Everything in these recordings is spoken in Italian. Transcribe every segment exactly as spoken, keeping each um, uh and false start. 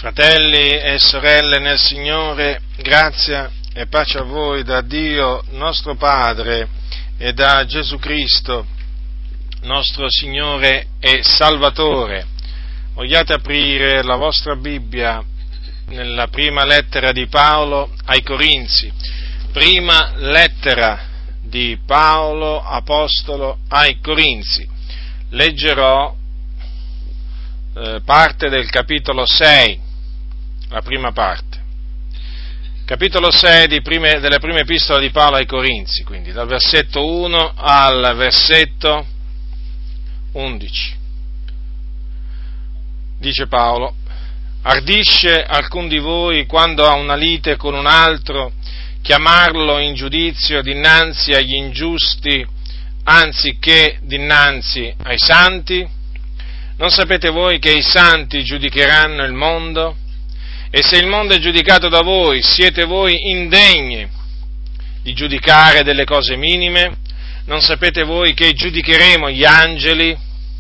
Fratelli e sorelle nel Signore, grazia e pace a voi da Dio nostro Padre e da Gesù Cristo, nostro Signore e Salvatore. Vogliate aprire la vostra Bibbia nella prima lettera di Paolo ai Corinzi, prima lettera di Paolo Apostolo ai Corinzi. Leggerò eh, parte del capitolo sei, la prima parte. Capitolo sei di prime, della prima epistola di Paolo ai Corinzi, quindi dal versetto uno al versetto undici. Dice Paolo: ardisce alcun di voi, quando ha una lite con un altro, chiamarlo in giudizio dinanzi agli ingiusti, anziché dinanzi ai santi? Non sapete voi che i santi giudicheranno il mondo? E se il mondo è giudicato da voi, siete voi indegni di giudicare delle cose minime? Non sapete voi che giudicheremo gli angeli?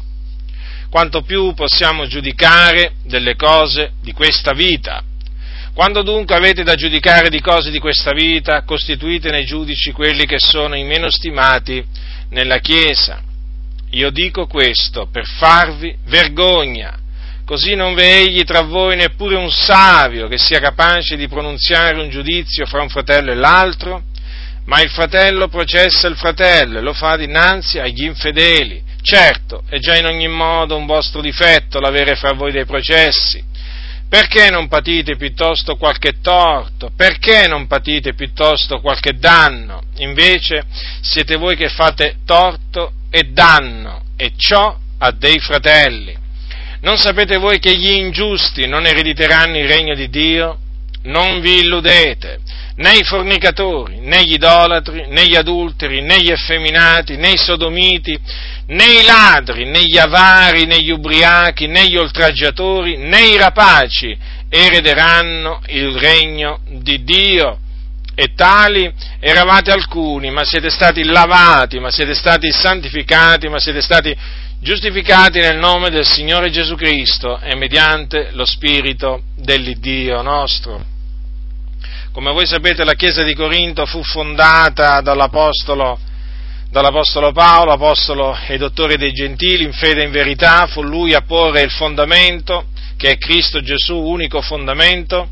Quanto più possiamo giudicare delle cose di questa vita. Quando dunque avete da giudicare di cose di questa vita, costituite nei giudici quelli che sono i meno stimati nella Chiesa. Io dico questo per farvi vergogna. Così non v'è egli tra voi neppure un savio che sia capace di pronunziare un giudizio fra un fratello e l'altro, ma il fratello processa il fratello e lo fa dinanzi agli infedeli. Certo, è già in ogni modo un vostro difetto l'avere fra voi dei processi. Perché non patite piuttosto qualche torto? Perché non patite piuttosto qualche danno? Invece siete voi che fate torto e danno, e ciò a dei fratelli. Non sapete voi che gli ingiusti non erediteranno il regno di Dio? Non vi illudete, né i fornicatori, né gli idolatri, né gli adulteri, né gli effeminati, né i sodomiti, né i ladri, né gli avari, né gli ubriachi, né gli oltraggiatori, né i rapaci erederanno il regno di Dio. E tali eravate alcuni, ma siete stati lavati, ma siete stati santificati, ma siete stati giustificati nel nome del Signore Gesù Cristo e mediante lo Spirito dell'Iddio nostro. Come voi sapete, la Chiesa di Corinto fu fondata dall'Apostolo, dall'Apostolo Paolo, apostolo e dottore dei Gentili, in fede e in verità. Fu lui a porre il fondamento, che è Cristo Gesù, unico fondamento.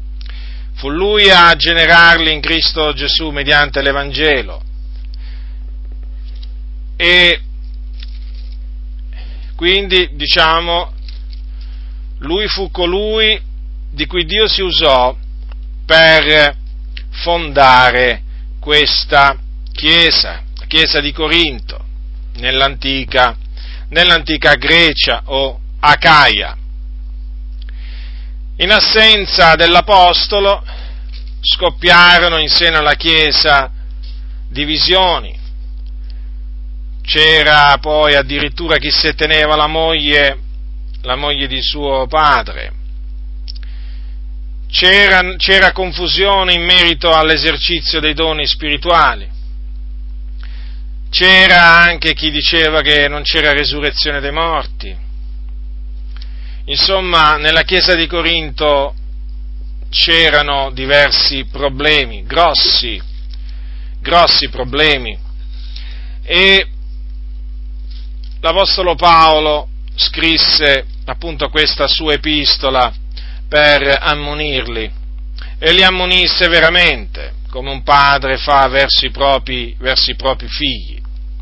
Fu lui a generarli in Cristo Gesù mediante l'Evangelo. E quindi, diciamo, lui fu colui di cui Dio si usò per fondare questa Chiesa, la Chiesa di Corinto, nell'antica, nell'antica Grecia o Acaia. In assenza dell'Apostolo scoppiarono in seno alla Chiesa divisioni. C'era poi addirittura chi se teneva la moglie, la moglie di suo padre. C'era, c'era confusione in merito all'esercizio dei doni spirituali. C'era anche chi diceva che non c'era resurrezione dei morti. Insomma, nella Chiesa di Corinto c'erano diversi problemi, grossi, grossi problemi. E l'Apostolo Paolo scrisse appunto questa sua epistola per ammonirli, e li ammonì severamente, come un padre fa verso i propri, verso i propri figli.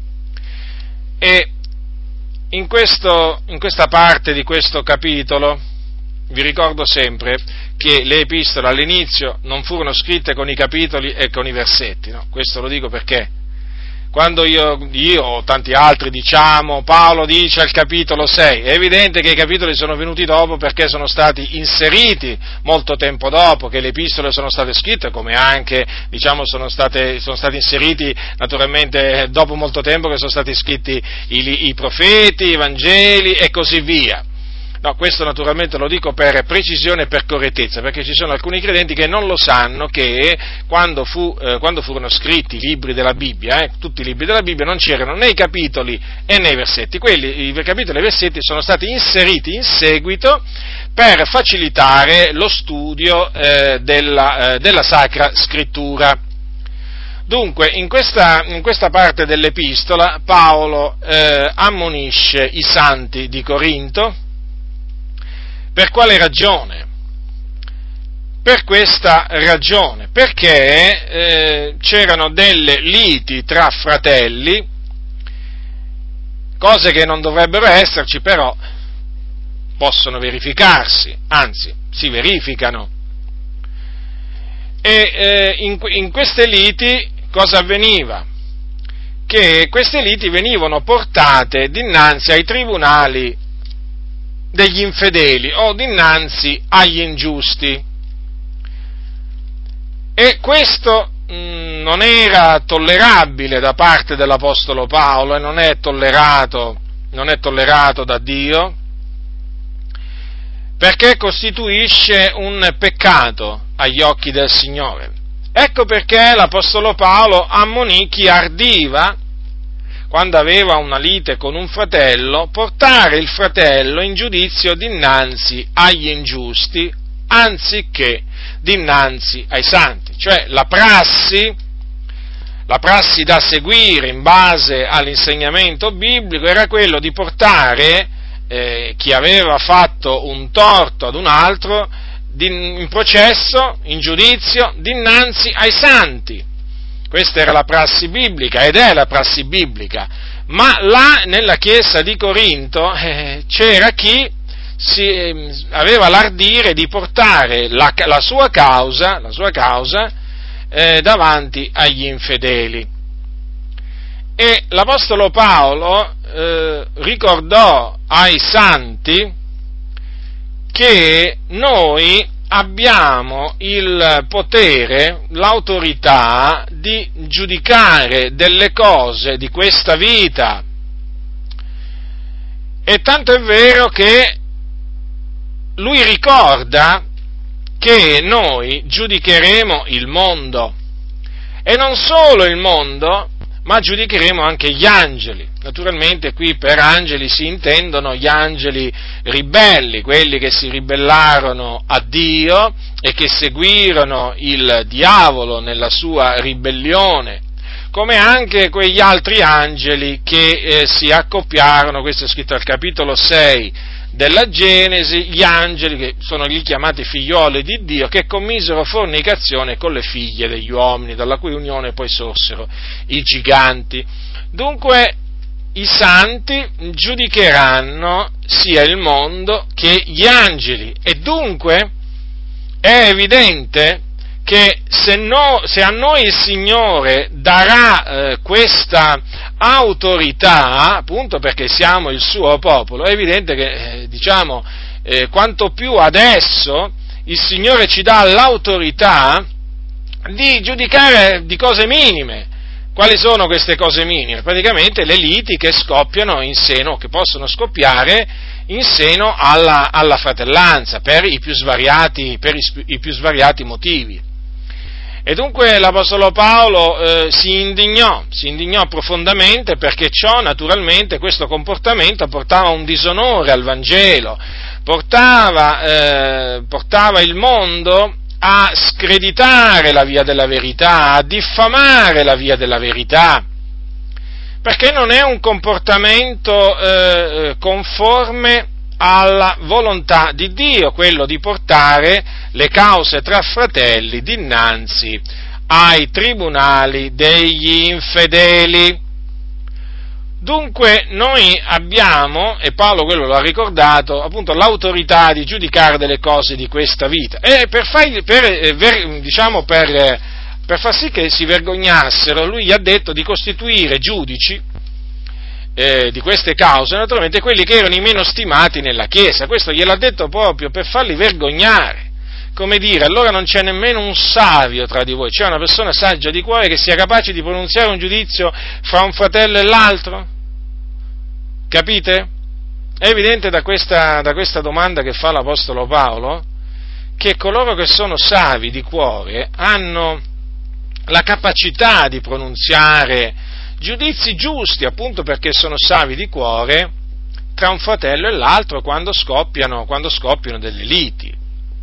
E in, questo, in questa parte di questo capitolo vi ricordo sempre che le epistole all'inizio non furono scritte con i capitoli e con i versetti, no? Questo lo dico perché quando io, io o tanti altri diciamo Paolo dice al capitolo sei, è evidente che i capitoli sono venuti dopo perché sono stati inseriti molto tempo dopo che le epistole sono state scritte, come anche diciamo sono state sono stati inseriti naturalmente dopo molto tempo che sono stati scritti i, i profeti, i Vangeli e così via. No, questo naturalmente lo dico per precisione e per correttezza, perché ci sono alcuni credenti che non lo sanno che quando, fu, eh, quando furono scritti i libri della Bibbia, eh, tutti i libri della Bibbia, non c'erano né i capitoli e né i versetti. Quelli, i capitoli e i versetti sono stati inseriti in seguito per facilitare lo studio eh, della, eh, della Sacra Scrittura. Dunque, in questa, in questa parte dell'Epistola Paolo eh, ammonisce i santi di Corinto. Per quale ragione? Per questa ragione, perché eh, c'erano delle liti tra fratelli, cose che non dovrebbero esserci, però possono verificarsi, anzi, si verificano. E eh, in, in queste liti cosa avveniva? Che queste liti venivano portate dinanzi ai tribunali degli infedeli o dinanzi agli ingiusti, e questo mh, non era tollerabile da parte dell'Apostolo Paolo e non è tollerato, non è tollerato da Dio, perché costituisce un peccato agli occhi del Signore. Ecco perché l'Apostolo Paolo ammonì chi ardiva, quando aveva una lite con un fratello, portare il fratello in giudizio dinanzi agli ingiusti, anziché dinanzi ai santi. Cioè la prassi, la prassi da seguire in base all'insegnamento biblico era quello di portare eh, chi aveva fatto un torto ad un altro in processo, in giudizio, dinanzi ai santi. Questa era la prassi biblica ed è la prassi biblica, ma là nella chiesa di Corinto eh, c'era chi si, eh, aveva l'ardire di portare la, la sua causa, la sua causa eh, davanti agli infedeli. E l'Apostolo Paolo eh, ricordò ai santi che noi abbiamo il potere, l'autorità di giudicare delle cose di questa vita. E tanto è vero che lui ricorda che noi giudicheremo il mondo, e non solo il mondo, ma giudicheremo anche gli angeli. Naturalmente qui per angeli si intendono gli angeli ribelli, quelli che si ribellarono a Dio e che seguirono il diavolo nella sua ribellione, come anche quegli altri angeli che eh, si accoppiarono, questo è scritto al capitolo sei della Genesi, gli angeli che sono gli chiamati figlioli di Dio, che commisero fornicazione con le figlie degli uomini, dalla cui unione poi sorsero i giganti. Dunque i santi giudicheranno sia il mondo che gli angeli, e dunque è evidente che se, no, se a noi il Signore darà eh, questa autorità, appunto perché siamo il suo popolo, è evidente che, eh, diciamo, eh, quanto più adesso il Signore ci dà l'autorità di giudicare di cose minime. Quali sono queste cose minime? Praticamente le liti che scoppiano in seno, che possono scoppiare in seno alla, alla fratellanza, per i più svariati, per i, i più svariati motivi. E dunque l'Apostolo Paolo eh, si indignò, si indignò profondamente, perché ciò, naturalmente, questo comportamento portava un disonore al Vangelo, portava, eh, portava il mondo a screditare la via della verità, a diffamare la via della verità, perché non è un comportamento eh, conforme alla volontà di Dio, quello di portare le cause tra fratelli dinanzi ai tribunali degli infedeli. Dunque noi abbiamo, e Paolo quello lo ha ricordato, appunto l'autorità di giudicare delle cose di questa vita, e per, fargli, per, per, diciamo, per, per far sì che si vergognassero, lui gli ha detto di costituire giudici Eh, di queste cause, naturalmente quelli che erano i meno stimati nella Chiesa. Questo gliel'ha detto proprio per farli vergognare, come dire, allora non c'è nemmeno un savio tra di voi, c'è una persona saggia di cuore che sia capace di pronunziare un giudizio fra un fratello e l'altro? Capite? È evidente da questa, da questa domanda che fa l'Apostolo Paolo che coloro che sono savi di cuore hanno la capacità di pronunziare giudizi giusti, appunto perché sono savi di cuore, tra un fratello e l'altro quando scoppiano, quando scoppiano delle liti.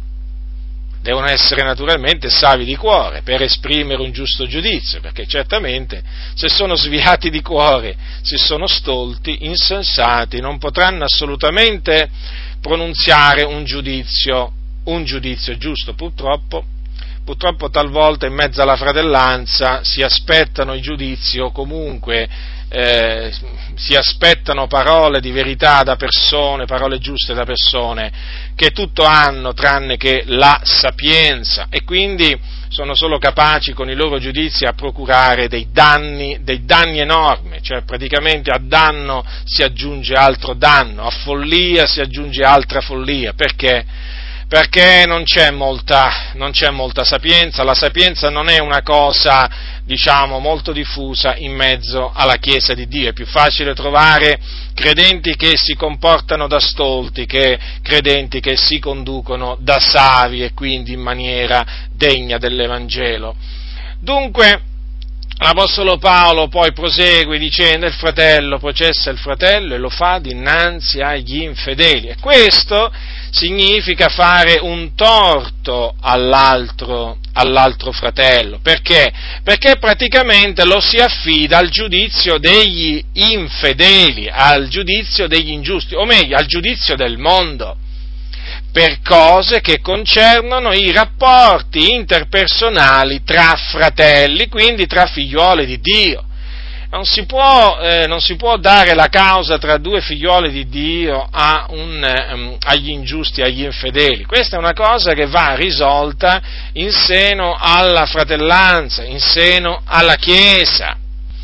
Devono essere naturalmente savi di cuore per esprimere un giusto giudizio, perché certamente se sono sviati di cuore, se sono stolti, insensati, non potranno assolutamente pronunziare un giudizio, un giudizio giusto. Purtroppo, purtroppo talvolta in mezzo alla fratellanza si aspettano i giudizi o comunque eh, si aspettano parole di verità da persone, parole giuste da persone che tutto hanno tranne che la sapienza, e quindi sono solo capaci con i loro giudizi a procurare dei danni, dei danni enormi, cioè praticamente a danno si aggiunge altro danno, a follia si aggiunge altra follia. Perché? Perché non c'è molta, non c'è molta sapienza, la sapienza non è una cosa, diciamo, molto diffusa in mezzo alla Chiesa di Dio. È più facile trovare credenti che si comportano da stolti che credenti che si conducono da savi e quindi in maniera degna dell'Evangelo. Dunque, l'Apostolo Paolo poi prosegue dicendo: il fratello processa il fratello e lo fa dinanzi agli infedeli. E questo significa fare un torto all'altro, all'altro fratello. Perché? Perché praticamente lo si affida al giudizio degli infedeli, al giudizio degli ingiusti, o meglio, al giudizio del mondo, per cose che concernono i rapporti interpersonali tra fratelli, quindi tra figliuoli di Dio. Non si può, eh, non si può dare la causa tra due figlioli di Dio a un, um, agli ingiusti, agli infedeli. Questa è una cosa che va risolta in seno alla fratellanza, in seno alla Chiesa,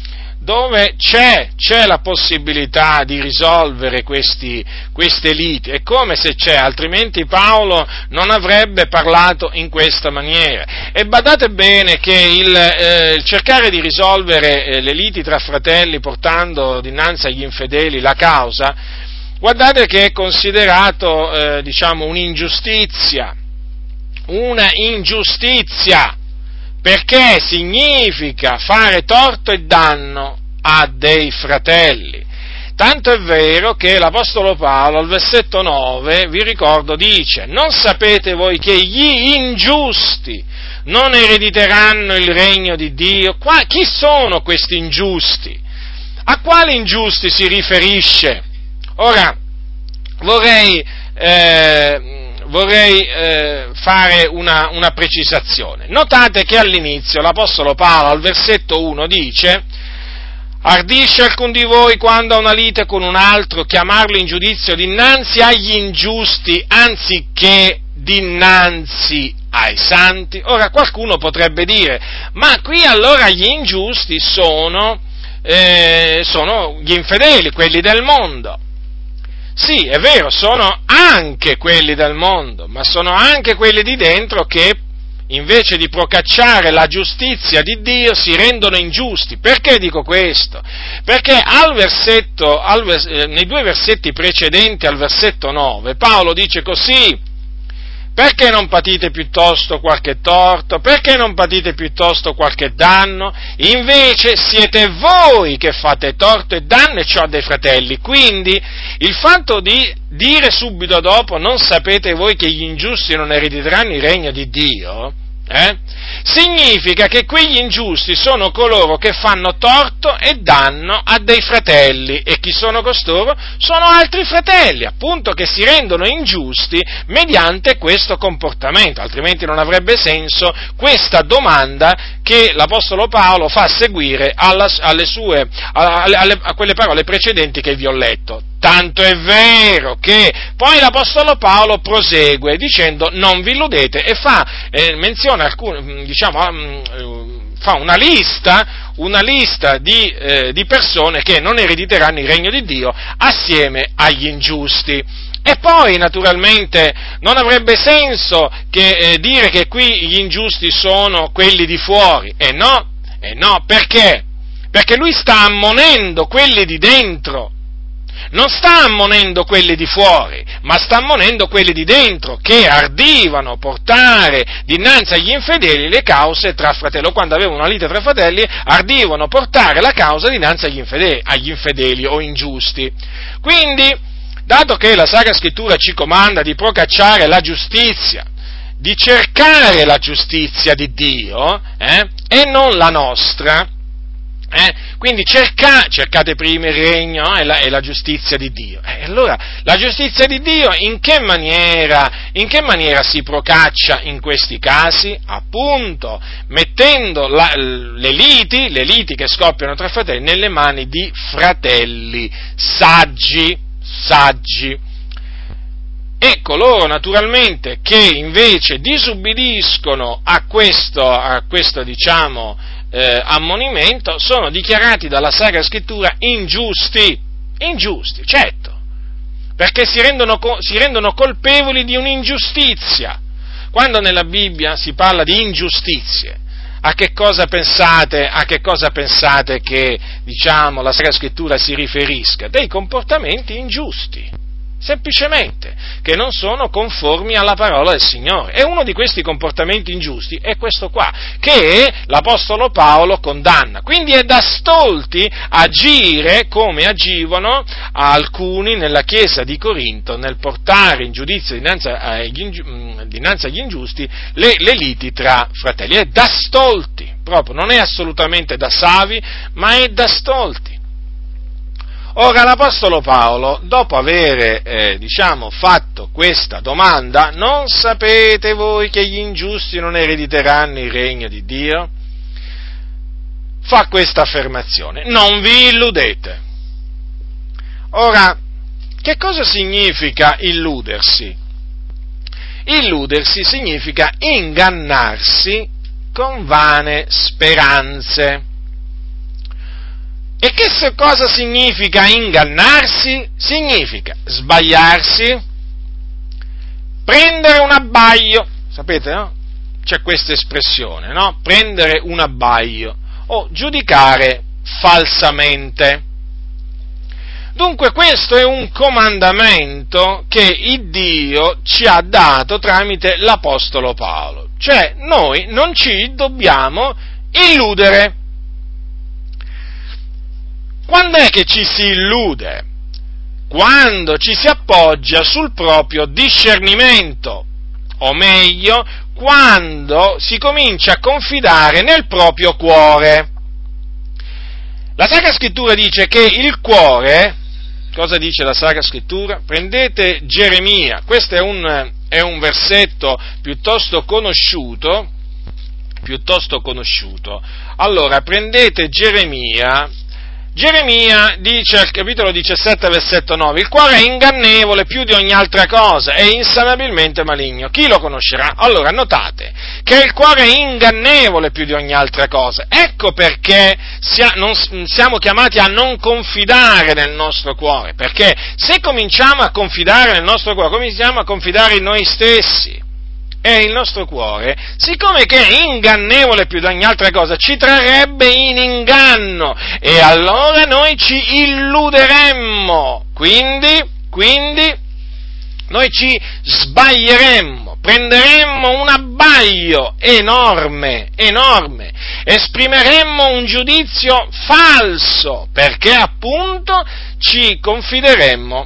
dove c'è, c'è la possibilità di risolvere questi, queste liti. È come se c'è, altrimenti Paolo non avrebbe parlato in questa maniera. E badate bene che il, eh, il cercare di risolvere eh, le liti tra fratelli portando dinanzi agli infedeli la causa, guardate che è considerato, eh, diciamo, un'ingiustizia, una ingiustizia, perché significa fare torto e danno a dei fratelli. Tanto è vero che l'Apostolo Paolo al versetto nove, vi ricordo, dice: non sapete voi che gli ingiusti non erediteranno il regno di Dio? Qua, chi sono questi ingiusti? A quali ingiusti si riferisce? Ora, vorrei... Eh, Vorrei eh, fare una, una precisazione. Notate che all'inizio l'Apostolo Paolo al versetto uno dice: ardisce alcun di voi quando ha una lite con un altro chiamarlo in giudizio dinanzi agli ingiusti anziché dinanzi ai santi? Ora qualcuno potrebbe dire: ma qui allora gli ingiusti sono, eh, sono gli infedeli, quelli del mondo. Sì, è vero, sono anche quelli del mondo, ma sono anche quelli di dentro che invece di procacciare la giustizia di Dio si rendono ingiusti. Perché dico questo? Perché al versetto, al vers- nei due versetti precedenti al versetto nove, Paolo dice così: perché non patite piuttosto qualche torto? Perché non patite piuttosto qualche danno? Invece siete voi che fate torto e danno, e ciò dei fratelli. Quindi il fatto di dire subito dopo: non sapete voi che gli ingiusti non erediteranno il regno di Dio? Eh? Significa che quegli ingiusti sono coloro che fanno torto e danno a dei fratelli. E chi sono costoro? Sono altri fratelli, appunto, che si rendono ingiusti mediante questo comportamento, altrimenti non avrebbe senso questa domanda che l'Apostolo Paolo fa seguire alla, alle sue, alle, alle, a quelle parole precedenti che vi ho letto. Tanto è vero che poi l'Apostolo Paolo prosegue dicendo: non vi illudete, e fa eh, menziona alcune, diciamo, um, fa una lista, una lista di, eh, di persone che non erediteranno il regno di Dio assieme agli ingiusti. E poi, naturalmente, non avrebbe senso che, eh, dire che qui gli ingiusti sono quelli di fuori. E no, e no, perché? Perché lui sta ammonendo quelli di dentro. Non sta ammonendo quelli di fuori, ma sta ammonendo quelli di dentro, che ardivano portare dinanzi agli infedeli le cause tra fratelli, o quando avevano una lite tra fratelli, ardivano portare la causa dinanzi agli infedeli, agli infedeli o ingiusti. Quindi, dato che la Sacra Scrittura ci comanda di procacciare la giustizia, di cercare la giustizia di Dio, eh, e non la nostra, Eh? Quindi cerca, cercate prima il regno e la, e la giustizia di Dio. E allora, la giustizia di Dio in che maniera, in che maniera si procaccia in questi casi? Appunto, mettendo la, le liti, le liti che scoppiano tra fratelli, nelle mani di fratelli saggi, saggi. E coloro naturalmente che invece disubbidiscono a questo, a questo diciamo, eh, ammonimento, sono dichiarati dalla Sacra Scrittura ingiusti, ingiusti, certo, perché si rendono, si rendono colpevoli di un'ingiustizia. Quando nella Bibbia si parla di ingiustizie, a che cosa pensate, a che cosa pensate che, diciamo, la Sacra Scrittura si riferisca? Dei comportamenti ingiusti. Semplicemente, che non sono conformi alla parola del Signore. E uno di questi comportamenti ingiusti è questo qua, che l'Apostolo Paolo condanna. Quindi è da stolti agire come agivano alcuni nella Chiesa di Corinto nel portare in giudizio dinanzi agli, dinanzi agli ingiusti le, le liti tra fratelli. È da stolti, proprio, non è assolutamente da savi, ma è da stolti. Ora l'Apostolo Paolo, dopo aver, eh, diciamo, fatto questa domanda, non sapete voi che gli ingiusti non erediteranno il regno di Dio? Fa questa affermazione, non vi illudete. Ora, che cosa significa illudersi? Illudersi significa ingannarsi con vane speranze. E che cosa significa ingannarsi? Significa sbagliarsi, prendere un abbaglio, sapete, no? C'è questa espressione, no? Prendere un abbaglio, o giudicare falsamente. Dunque questo è un comandamento che il Dio ci ha dato tramite l'Apostolo Paolo, cioè noi non ci dobbiamo illudere. Quando è che ci si illude? Quando ci si appoggia sul proprio discernimento, o meglio, quando si comincia a confidare nel proprio cuore. La Sacra Scrittura dice che il cuore, cosa dice la Sacra Scrittura? Prendete Geremia, questo è un, è un versetto piuttosto conosciuto, piuttosto conosciuto. Allora, prendete Geremia, Geremia dice al capitolo diciassette, versetto nove, il cuore è ingannevole più di ogni altra cosa, è insanabilmente maligno. Chi lo conoscerà? Allora, notate che il cuore è ingannevole più di ogni altra cosa. Ecco perché siamo chiamati a non confidare nel nostro cuore, perché se cominciamo a confidare nel nostro cuore, cominciamo a confidare in noi stessi. E il nostro cuore, siccome che è ingannevole più di ogni altra cosa, ci trarrebbe in inganno e allora noi ci illuderemmo, quindi, quindi noi ci sbaglieremmo, prenderemmo un abbaglio enorme, enorme, esprimeremmo un giudizio falso, perché appunto ci confideremmo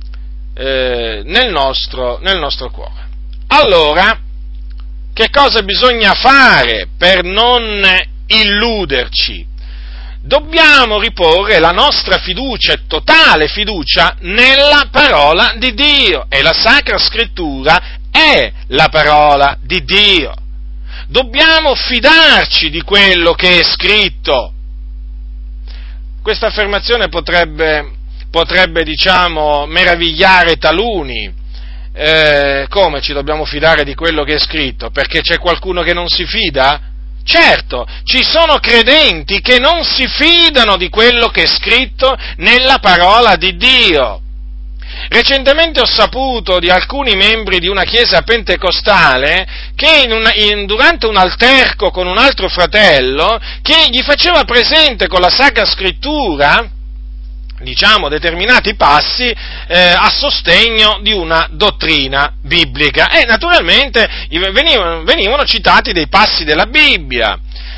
eh, nel nostro, nel nostro cuore. Allora, che cosa bisogna fare per non illuderci? Dobbiamo riporre la nostra fiducia, totale fiducia, nella parola di Dio, e la Sacra Scrittura è la parola di Dio. Dobbiamo fidarci di quello che è scritto. Questa affermazione potrebbe, potrebbe diciamo, meravigliare taluni. Eh, come ci dobbiamo fidare di quello che è scritto? Perché c'è qualcuno che non si fida? Certo, ci sono credenti che non si fidano di quello che è scritto nella parola di Dio. Recentemente ho saputo di alcuni membri di una chiesa pentecostale che in una, in, durante un alterco con un altro fratello che gli faceva presente con la Sacra Scrittura, diciamo, determinati passi eh, a sostegno di una dottrina biblica e naturalmente venivano, venivano citati dei passi della Bibbia.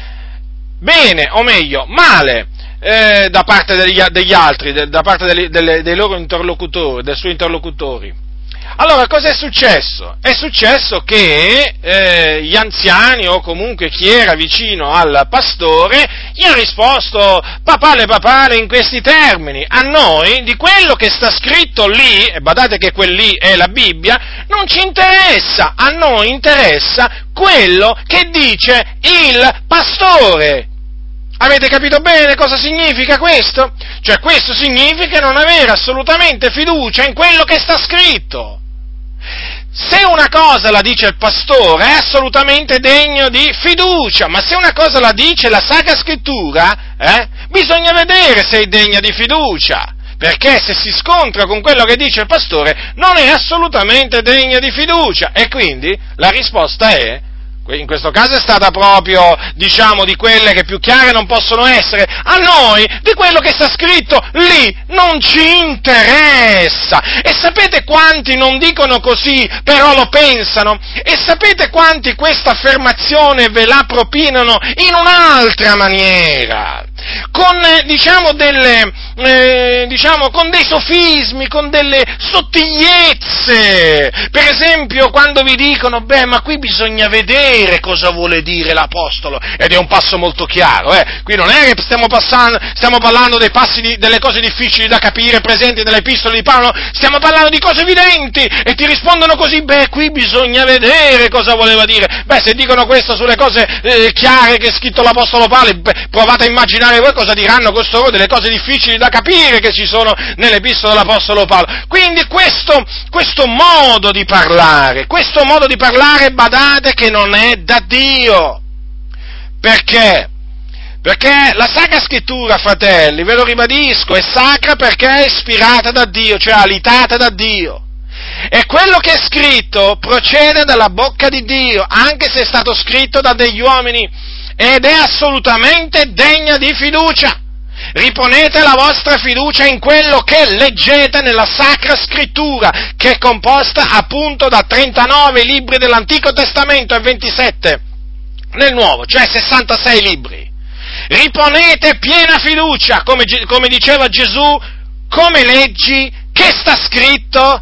Bene, o meglio, male, eh, da parte degli, degli altri, de, da parte delle, delle, dei loro interlocutori, dei suoi interlocutori. Allora, cosa è successo? È successo che eh, gli anziani o comunque chi era vicino al pastore gli ha risposto papale papale in questi termini: a noi di quello che sta scritto lì, e badate che quel lì è la Bibbia, non ci interessa, a noi interessa quello che dice il pastore. Avete capito bene cosa significa questo? Cioè, questo significa non avere assolutamente fiducia in quello che sta scritto. Se una cosa la dice il pastore è assolutamente degno di fiducia, ma se una cosa la dice la Sacra Scrittura, eh, bisogna vedere se è degna di fiducia, perché se si scontra con quello che dice il pastore non è assolutamente degna di fiducia, e quindi la risposta è, in questo caso è stata proprio, diciamo, di quelle che più chiare non possono essere: a noi di quello che sta scritto lì non ci interessa. E sapete quanti non dicono così, però lo pensano? E sapete quanti questa affermazione ve la propinano in un'altra maniera? Con, eh, diciamo, delle, eh, diciamo, con dei sofismi, con delle sottigliezze. Per esempio, quando vi dicono, beh, ma qui bisogna vedere cosa vuole dire l'Apostolo, ed è un passo molto chiaro, eh. Qui non è che stiamo passando, stiamo parlando dei passi di, delle cose difficili da capire presenti nelle epistole di Paolo, stiamo parlando di cose evidenti, e ti rispondono così, beh, qui bisogna vedere cosa voleva dire. Beh, se dicono questo sulle cose eh, chiare che ha scritto l'Apostolo Paolo, beh, provate a immaginare voi cosa diranno costoro delle cose difficili da capire che ci sono nell'epistola dell'Apostolo Paolo. Quindi questo, questo modo di parlare, questo modo di parlare, badate che non è da Dio. Perché? Perché la Sacra Scrittura, fratelli, ve lo ribadisco, è sacra perché è ispirata da Dio, cioè alitata da Dio. E quello che è scritto procede dalla bocca di Dio, anche se è stato scritto da degli uomini, ed è assolutamente degna di fiducia. Riponete la vostra fiducia in quello che leggete nella Sacra Scrittura, che è composta appunto da trentanove libri dell'Antico Testamento e ventisette nel Nuovo, cioè sessantasei libri. Riponete piena fiducia, come, come diceva Gesù, come leggi, che sta scritto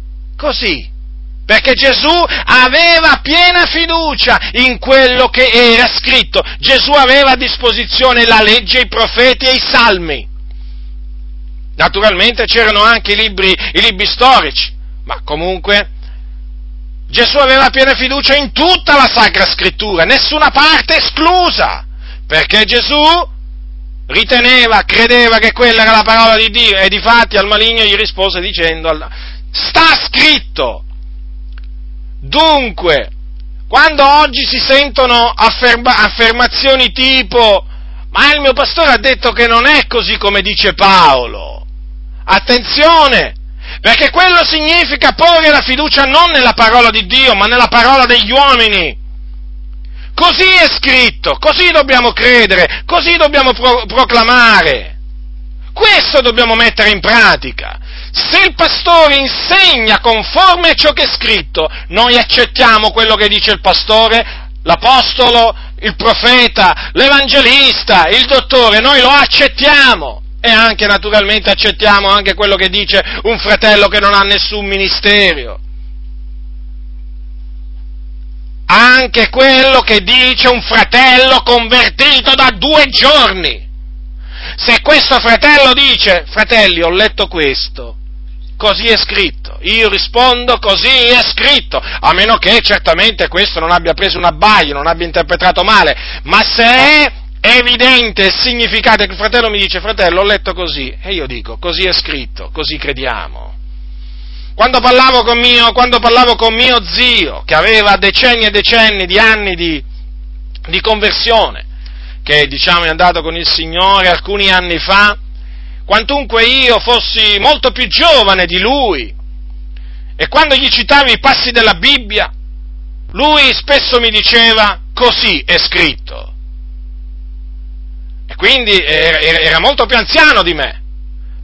così. Perché Gesù aveva piena fiducia in quello che era scritto. Gesù aveva a disposizione la legge, i profeti e i salmi. Naturalmente c'erano anche i libri, i libri storici, ma comunque Gesù aveva piena fiducia in tutta la Sacra Scrittura, nessuna parte esclusa, perché Gesù riteneva, credeva che quella era la parola di Dio, e difatti al maligno gli rispose dicendo: sta scritto. Dunque, quando oggi si sentono afferma, affermazioni tipo: ma il mio pastore ha detto che non è così come dice Paolo, attenzione, perché quello significa porre la fiducia non nella parola di Dio, ma nella parola degli uomini. Così è scritto, così dobbiamo credere, così dobbiamo pro- proclamare. Questo dobbiamo mettere in pratica. Se il pastore insegna conforme a ciò che è scritto, noi accettiamo quello che dice il pastore, l'apostolo, il profeta, l'evangelista, il dottore, noi lo accettiamo. E anche naturalmente accettiamo anche quello che dice un fratello che non ha nessun ministero. Anche quello che dice un fratello convertito da due giorni. Se questo fratello dice: fratelli, ho letto questo, così è scritto, io rispondo: così è scritto, a meno che certamente questo non abbia preso un abbaglio, non abbia interpretato male, ma se è evidente il significato, che il fratello mi dice: fratello, ho letto così, e io dico: così è scritto, così crediamo. Quando parlavo con mio, quando parlavo con mio zio, che aveva decenni e decenni di anni di, di conversione, che diciamo è andato con il Signore alcuni anni fa, quantunque io fossi molto più giovane di lui, e quando gli citavo i passi della Bibbia, lui spesso mi diceva: così è scritto. E quindi era, era molto più anziano di me,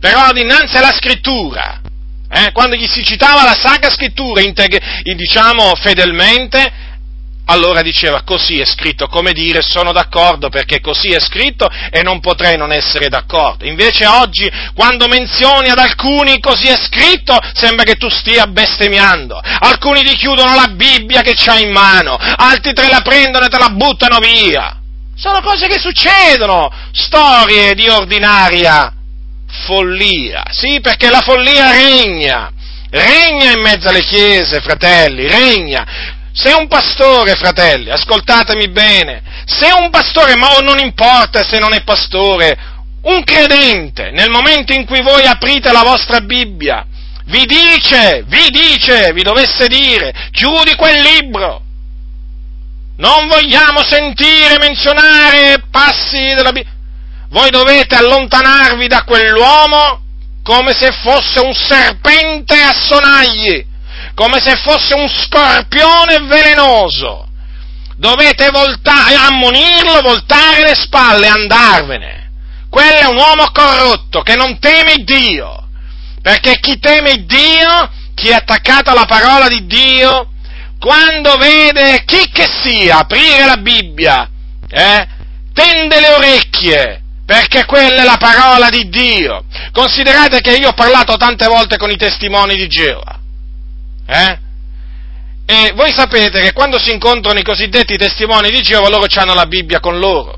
però dinanzi alla Scrittura, eh, quando gli si citava la Sacra Scrittura, integ- diciamo fedelmente, allora diceva così è scritto, come dire sono d'accordo perché così è scritto e non potrei non essere d'accordo. Invece oggi quando menzioni ad alcuni così è scritto sembra che tu stia bestemmiando. Alcuni ti chiudono la Bibbia che c'hai in mano, altri te la prendono e te la buttano via. Sono cose che succedono, storie di ordinaria follia, sì, perché la follia regna, regna in mezzo alle chiese, fratelli, regna. Se un pastore, fratelli, ascoltatemi bene, se un pastore, ma non importa se non è pastore, un credente, nel momento in cui voi aprite la vostra Bibbia, vi dice, vi dice, vi dovesse dire, chiudi quel libro, non vogliamo sentire menzionare passi della Bibbia, voi dovete allontanarvi da quell'uomo come se fosse un serpente a sonagli, come se fosse un scorpione velenoso. Dovete voltare, ammonirlo, voltare le spalle e andarvene. Quello è un uomo corrotto che non teme Dio, perché chi teme Dio, chi è attaccato alla parola di Dio, quando vede chi che sia aprire la Bibbia, eh, tende le orecchie, perché quella è la parola di Dio. Considerate che io ho parlato tante volte con i testimoni di Geova, eh? E voi sapete che quando si incontrano i cosiddetti testimoni di Geova, loro hanno la Bibbia con loro.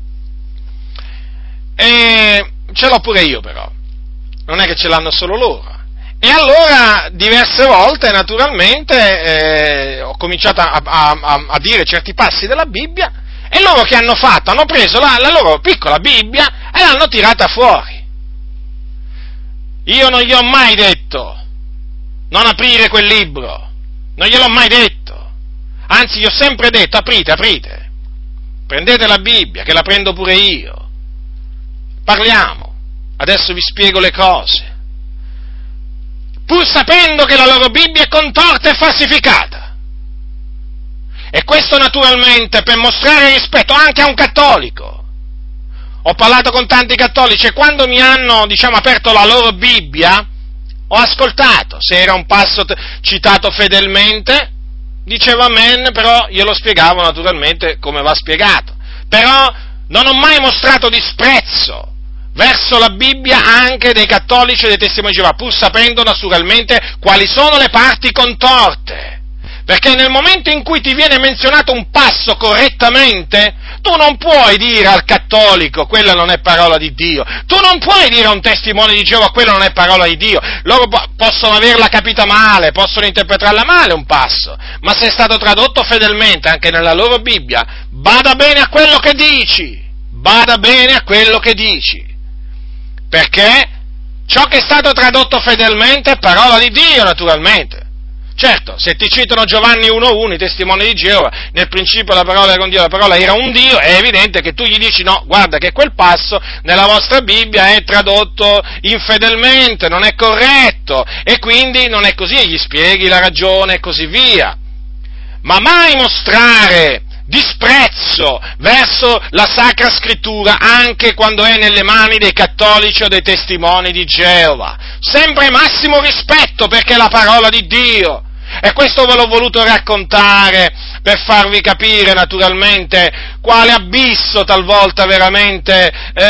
E ce l'ho pure io però, non è che ce l'hanno solo loro. E allora diverse volte naturalmente eh, ho cominciato a, a, a dire certi passi della Bibbia e loro che hanno fatto? Hanno preso la, la loro piccola Bibbia e l'hanno tirata fuori. Io non gli ho mai detto non aprire quel libro, non gliel'ho mai detto, anzi gli ho sempre detto aprite, aprite, prendete la Bibbia che la prendo pure io, parliamo, adesso vi spiego le cose, pur sapendo che la loro Bibbia è contorta e falsificata. E questo naturalmente per mostrare rispetto anche a un cattolico. Ho parlato con tanti cattolici e quando mi hanno, diciamo, aperto la loro Bibbia, ho ascoltato, se era un passo t- citato fedelmente, dicevo amen, però io lo spiegavo naturalmente come va spiegato. Però non ho mai mostrato disprezzo verso la Bibbia anche dei cattolici e dei testimoni di Geova, pur sapendo naturalmente quali sono le parti contorte. Perché nel momento in cui ti viene menzionato un passo correttamente, tu non puoi dire al cattolico quella non è parola di Dio, tu non puoi dire a un testimone di Geova quella non è parola di Dio, loro po- possono averla capita male, possono interpretarla male un passo, ma se è stato tradotto fedelmente anche nella loro Bibbia, bada bene a quello che dici, bada bene a quello che dici, perché ciò che è stato tradotto fedelmente è parola di Dio naturalmente. Certo, se ti citano Giovanni uno uno, i testimoni di Geova, nel principio la parola era con Dio, la parola era un Dio, è evidente che tu gli dici no, guarda che quel passo nella vostra Bibbia è tradotto infedelmente, non è corretto, e quindi non è così, gli spieghi la ragione e così via. Ma mai mostrare disprezzo verso la Sacra Scrittura anche quando è nelle mani dei cattolici o dei testimoni di Geova. Sempre massimo rispetto perché è la parola di Dio. E questo ve l'ho voluto raccontare per farvi capire naturalmente quale abisso talvolta veramente,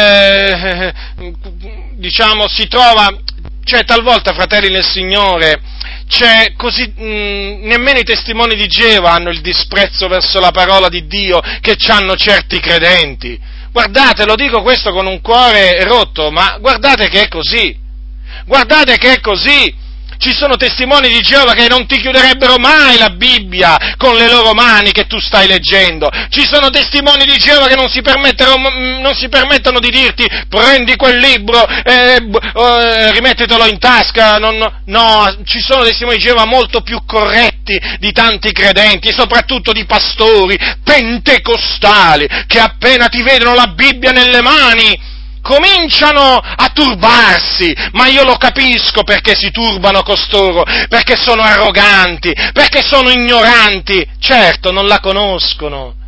eh, diciamo, si trova, cioè talvolta, fratelli nel Signore, c'è così, mh, nemmeno i testimoni di Geova hanno il disprezzo verso la parola di Dio che c'hanno certi credenti. Guardate, lo dico questo con un cuore rotto, ma guardate che è così, guardate che è così. Ci sono testimoni di Geova che non ti chiuderebbero mai la Bibbia con le loro mani che tu stai leggendo. Ci sono testimoni di Geova che non si permettono, non si permettono di dirti prendi quel libro e eh, rimettitelo in tasca. Non, no, ci sono testimoni di Geova molto più corretti di tanti credenti, e soprattutto di pastori pentecostali che appena ti vedono la Bibbia nelle mani cominciano a turbarsi, ma io lo capisco perché si turbano costoro, perché sono arroganti, perché sono ignoranti, certo non la conoscono,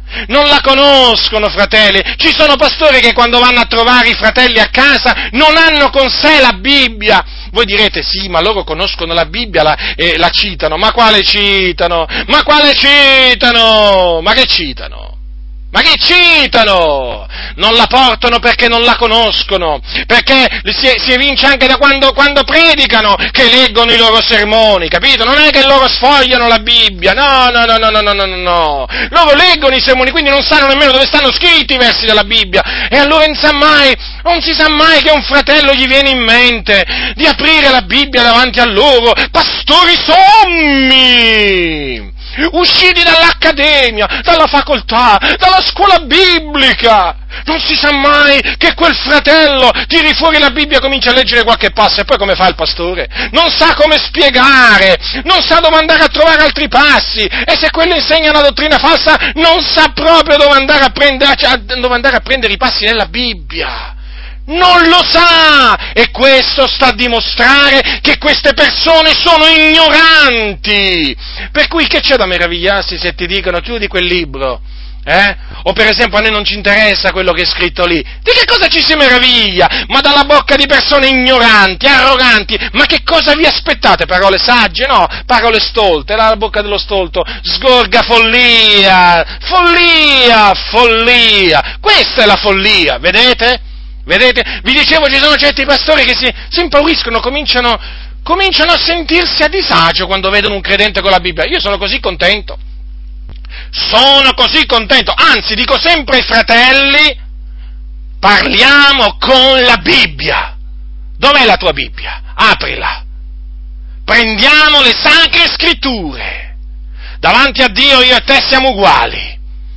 Non la conoscono, fratelli. Ci sono pastori che quando vanno a trovare i fratelli a casa non hanno con sé la Bibbia. Voi direte, sì, ma loro conoscono la Bibbia la, e la citano. Ma quale citano? Ma quale citano? Ma che citano? Ma che citano? Non la portano perché non la conoscono, perché si, si evince anche da quando, quando predicano, che leggono i loro sermoni, capito? Non è che loro sfogliano la Bibbia, no, no, no, no, no, no, no, no, loro leggono i sermoni, quindi non sanno nemmeno dove stanno scritti i versi della Bibbia, e allora non sa mai, non si sa mai che un fratello gli viene in mente di aprire la Bibbia davanti a loro, pastori sommi! Usciti dall'accademia, dalla facoltà, dalla scuola biblica, non si sa mai che quel fratello tiri fuori la Bibbia e comincia a leggere qualche passo, e poi come fa il pastore? Non sa come spiegare, non sa dove andare a trovare altri passi, e se quello insegna una dottrina falsa, non sa proprio dove andare a prendere, dove andare a prendere i passi nella Bibbia. Non lo sa! E questo sta a dimostrare che queste persone sono ignoranti! Per cui che c'è da meravigliarsi se ti dicono chiudi quel libro? Eh? O per esempio a noi non ci interessa quello che è scritto lì. Di che cosa ci si meraviglia? Ma dalla bocca di persone ignoranti, arroganti, ma che cosa vi aspettate? Parole sagge? No, parole stolte, dalla bocca dello stolto sgorga follia, follia, follia! Questa è la follia, vedete? Vedete? Vi dicevo, ci sono certi pastori che si, si impauriscono, cominciano, cominciano a sentirsi a disagio quando vedono un credente con la Bibbia. Io sono così contento, sono così contento, anzi dico sempre ai fratelli, parliamo con la Bibbia. Dov'è la tua Bibbia? Aprila. Prendiamo le sacre scritture. Davanti a Dio io e te siamo uguali.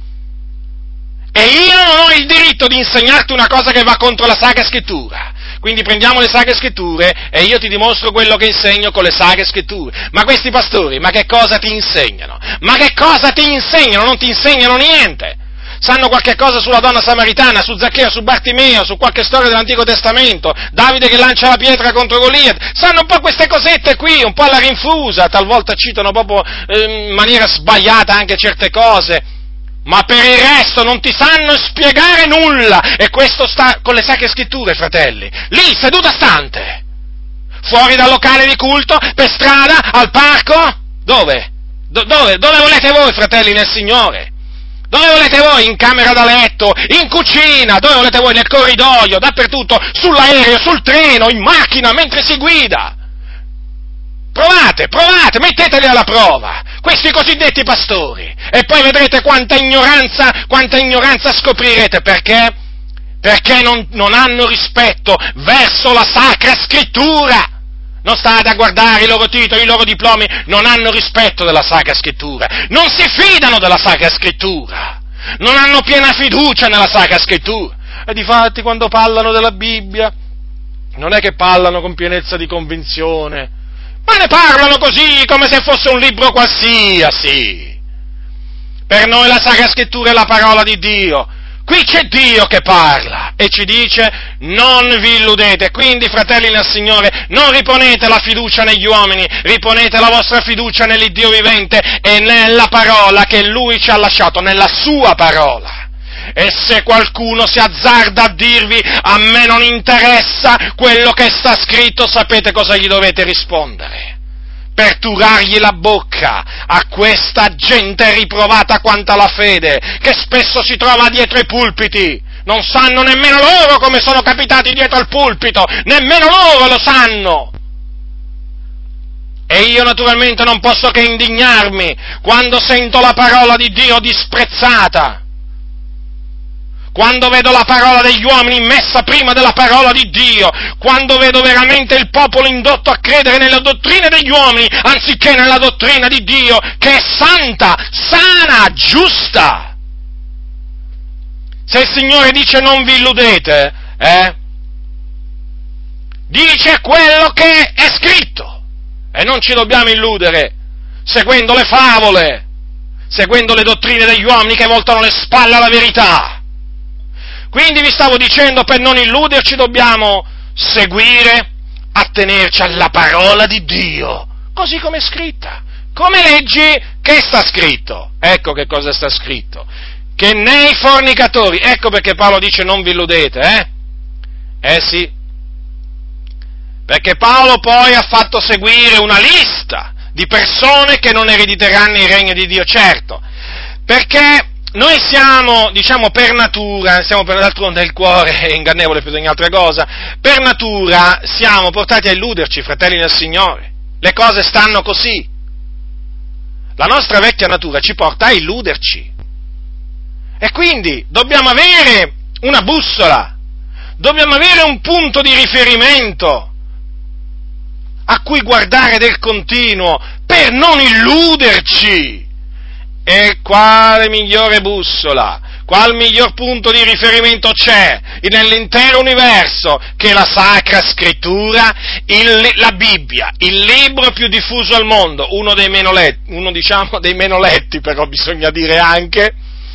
E io non ho il diritto di insegnarti una cosa che va contro la Sacra Scrittura. Quindi prendiamo le Sacre Scritture e io ti dimostro quello che insegno con le Sacre Scritture. Ma questi pastori, ma che cosa ti insegnano? Ma che cosa ti insegnano? Non ti insegnano niente. Sanno qualche cosa sulla donna samaritana, su Zaccheo, su Bartimeo, su qualche storia dell'Antico Testamento, Davide che lancia la pietra contro Goliat. Sanno un po' queste cosette qui, un po' alla rinfusa, talvolta citano proprio eh, in maniera sbagliata anche certe cose. Ma per il resto non ti sanno spiegare nulla, e questo sta con le Sacre Scritture, fratelli, lì, seduta stante, fuori dal locale di culto, per strada, al parco, dove? Do- dove? Dove volete voi, fratelli nel Signore? Dove volete voi? In camera da letto, in cucina, dove volete voi? Nel corridoio, dappertutto, sull'aereo, sul treno, in macchina, mentre si guida. Provate, provate, metteteli alla prova, questi cosiddetti pastori, e poi vedrete quanta ignoranza, quanta ignoranza scoprirete, perché? Perché non, non hanno rispetto verso la Sacra Scrittura. Non state a guardare i loro titoli, i loro diplomi, non hanno rispetto della Sacra Scrittura, non si fidano della Sacra Scrittura, non hanno piena fiducia nella Sacra Scrittura, e difatti quando parlano della Bibbia, non è che parlano con pienezza di convinzione, ma ne parlano così, come se fosse un libro qualsiasi. Per noi la Sacra Scrittura è la parola di Dio. Qui c'è Dio che parla e ci dice: non vi illudete. Quindi, fratelli nel Signore, non riponete la fiducia negli uomini, riponete la vostra fiducia nell'Iddio vivente e nella parola che Lui ci ha lasciato, nella Sua parola. E se qualcuno si azzarda a dirvi: a me non interessa quello che sta scritto, sapete cosa gli dovete rispondere? Per turargli la bocca a questa gente riprovata quanto alla fede, che spesso si trova dietro i pulpiti. Non sanno nemmeno loro come sono capitati dietro al pulpito, nemmeno loro lo sanno. E io naturalmente non posso che indignarmi quando sento la parola di Dio disprezzata, quando vedo la parola degli uomini messa prima della parola di Dio, quando vedo veramente il popolo indotto a credere nelle dottrine degli uomini, anziché nella dottrina di Dio, che è santa, sana, giusta. Se il Signore dice non vi illudete, eh, dice quello che è scritto, e non ci dobbiamo illudere seguendo le favole, seguendo le dottrine degli uomini che voltano le spalle alla verità. Quindi vi stavo dicendo, per non illuderci dobbiamo seguire, attenerci alla parola di Dio, così come è scritta. Come leggi? Che sta scritto? Ecco che cosa sta scritto. che né i fornicatori, ecco perché Paolo dice non vi illudete, eh? Eh sì, perché Paolo poi ha fatto seguire una lista di persone che non erediteranno il regno di Dio, certo, perché noi siamo, diciamo, per natura, siamo per d'altronde il cuore è ingannevole più di ogni altra cosa, per natura siamo portati a illuderci, fratelli del Signore, le cose stanno così, la nostra vecchia natura ci porta a illuderci, e quindi dobbiamo avere una bussola, dobbiamo avere un punto di riferimento a cui guardare del continuo per non illuderci. E quale migliore bussola, qual miglior punto di riferimento c'è nell'intero universo che la Sacra Scrittura, il, la Bibbia, il libro più diffuso al mondo, uno dei meno letti, uno diciamo dei meno letti, però bisogna dire anche,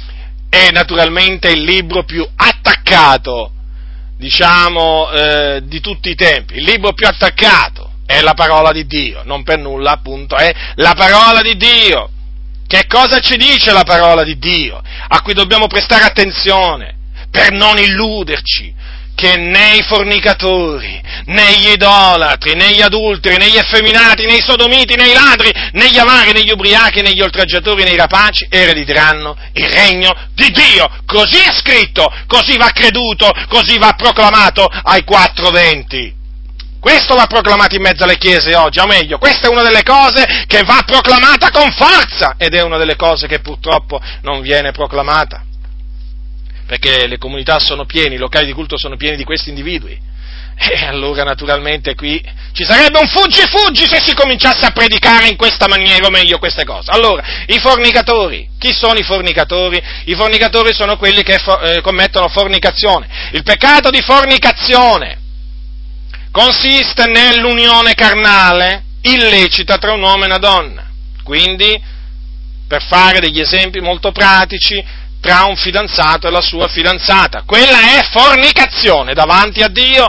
e naturalmente il libro più attaccato, diciamo, eh, di tutti i tempi, il libro più attaccato è la parola di Dio, non per nulla appunto, è la parola di Dio. Che cosa ci dice la parola di Dio, a cui dobbiamo prestare attenzione, per non illuderci, che né i fornicatori, né gli idolatri, né gli adulteri, né gli effeminati, né i sodomiti, né i ladri, né gli avari, né gli ubriachi, né gli oltraggiatori, né i rapaci erediteranno il regno di Dio. Così è scritto, così va creduto, così va proclamato ai quattro venti. Questo va proclamato in mezzo alle chiese oggi, o meglio, questa è una delle cose che va proclamata con forza, ed è una delle cose che purtroppo non viene proclamata, perché le comunità sono piene, i locali di culto sono pieni di questi individui, e allora naturalmente qui ci sarebbe un fuggi-fuggi se si cominciasse a predicare in questa maniera, o meglio, queste cose. Allora, i fornicatori, chi sono i fornicatori? I fornicatori sono quelli che for- eh, commettono fornicazione, il peccato di fornicazione consiste nell'unione carnale illecita tra un uomo e una donna, quindi, per fare degli esempi molto pratici, tra un fidanzato e la sua fidanzata. Quella è fornicazione davanti a Dio,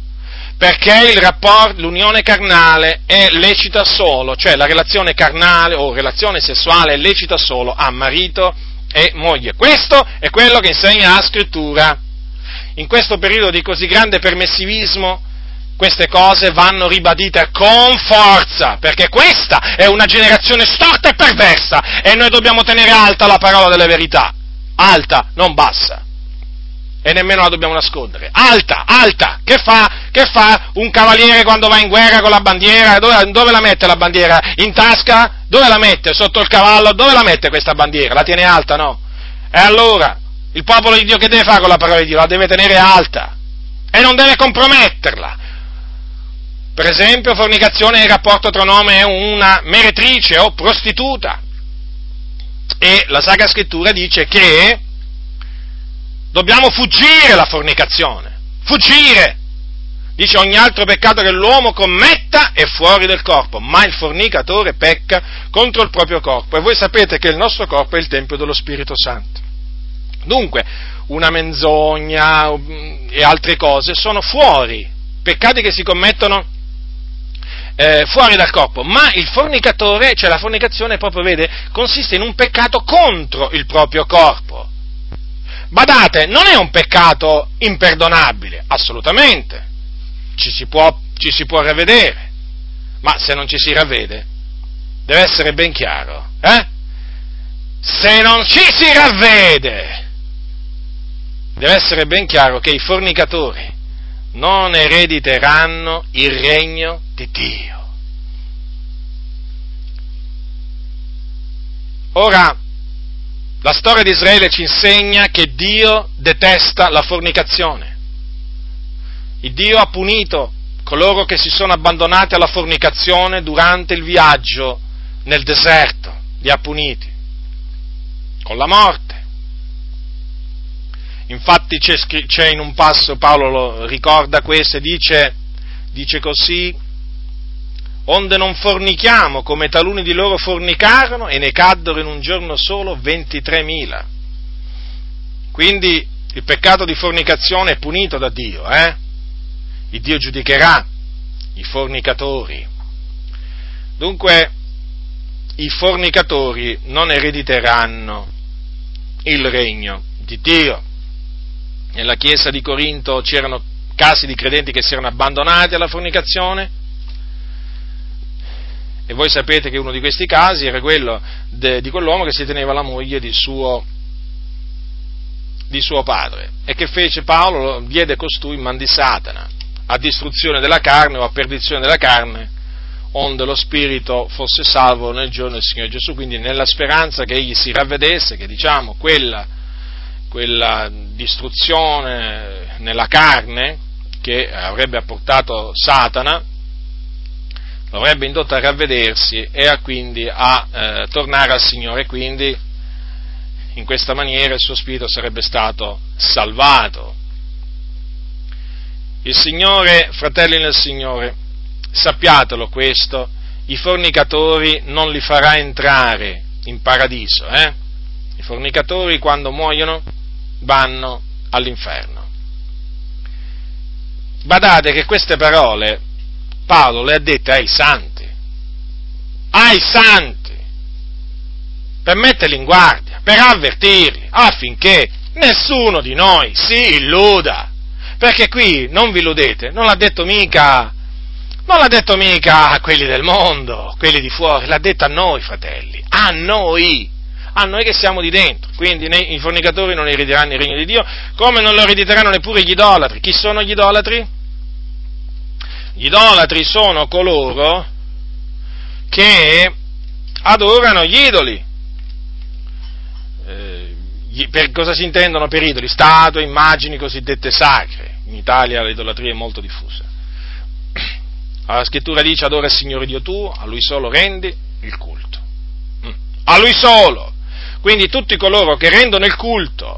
perché il rapporto, l'unione carnale è lecita solo, cioè la relazione carnale o relazione sessuale è lecita solo a marito e moglie. Questo è quello che insegna la Scrittura. In questo periodo di così grande permissivismo, queste cose vanno ribadite con forza, perché questa è una generazione storta e perversa, e noi dobbiamo tenere alta la parola della verità, alta, non bassa, e nemmeno la dobbiamo nascondere, alta, alta. Che fa, che fa un cavaliere quando va in guerra con la bandiera? Dove, dove la mette la bandiera? In tasca? Dove la mette? Sotto il cavallo? Dove la mette questa bandiera? La tiene alta, no? E allora, il popolo di Dio che deve fare con la parola di Dio? La deve tenere alta, e non deve comprometterla. Per esempio, fornicazione è il rapporto tra un uomo e una meretrice o prostituta, e la Sacra Scrittura dice che dobbiamo fuggire la fornicazione, fuggire, dice ogni altro peccato che l'uomo commetta è fuori del corpo, ma il fornicatore pecca contro il proprio corpo, e voi sapete che il nostro corpo è il Tempio dello Spirito Santo. Dunque, una menzogna e altre cose sono fuori, peccati che si commettono Eh, fuori dal corpo, ma il fornicatore, cioè la fornicazione proprio, vede, consiste in un peccato contro il proprio corpo. Badate, non è un peccato imperdonabile, assolutamente, ci si può, ci si può ravvedere, ma se non ci si ravvede, deve essere ben chiaro, eh? Se non ci si ravvede, deve essere ben chiaro che i fornicatori non erediteranno il regno di Dio. Ora, la storia di Israele ci insegna che Dio detesta la fornicazione. Il Dio ha punito coloro che si sono abbandonati alla fornicazione durante il viaggio nel deserto, li ha puniti con la morte. Infatti c'è, c'è in un passo, Paolo lo ricorda questo, e dice, dice così: onde non fornichiamo come taluni di loro fornicarono e ne caddero in un giorno solo ventitremila. Quindi il peccato di fornicazione è punito da Dio, eh? Il Dio giudicherà i fornicatori. Dunque i fornicatori non erediteranno il regno di Dio. Nella chiesa di Corinto c'erano casi di credenti che si erano abbandonati alla fornicazione, e voi sapete che uno di questi casi era quello de, di quell'uomo che si teneva la moglie di suo, di suo padre. E che fece Paolo? Diede costui in man di Satana, a distruzione della carne o a perdizione della carne, onde lo spirito fosse salvo nel giorno del Signore Gesù. Quindi nella speranza che egli si ravvedesse, che diciamo quella, quella distruzione nella carne che avrebbe apportato Satana lo avrebbe indotto a ravvedersi e a quindi a eh, tornare al Signore. Quindi in questa maniera il suo spirito sarebbe stato salvato. Il Signore, fratelli nel Signore, sappiatelo questo, i fornicatori non li farà entrare in paradiso, eh? I fornicatori quando muoiono vanno all'inferno. Badate che queste parole Paolo le ha dette ai santi, ai santi, per metterli in guardia, per avvertirli, affinché nessuno di noi si illuda, perché qui non vi illudete, non l'ha detto mica, non l'ha detto mica a quelli del mondo, quelli di fuori, l'ha detto a noi, fratelli, a noi, a noi che siamo di dentro. Quindi i fornicatori non erediteranno il regno di Dio, come non lo erediteranno neppure gli idolatri. Chi sono gli idolatri? Gli idolatri sono coloro che adorano gli idoli. Eh, gli, per cosa si intendono per idoli? Statue, immagini cosiddette sacre. In Italia l'idolatria è molto diffusa. La scrittura dice: adora il Signore Dio tuo, a Lui solo rendi il culto. A Lui solo. Quindi tutti coloro che rendono il culto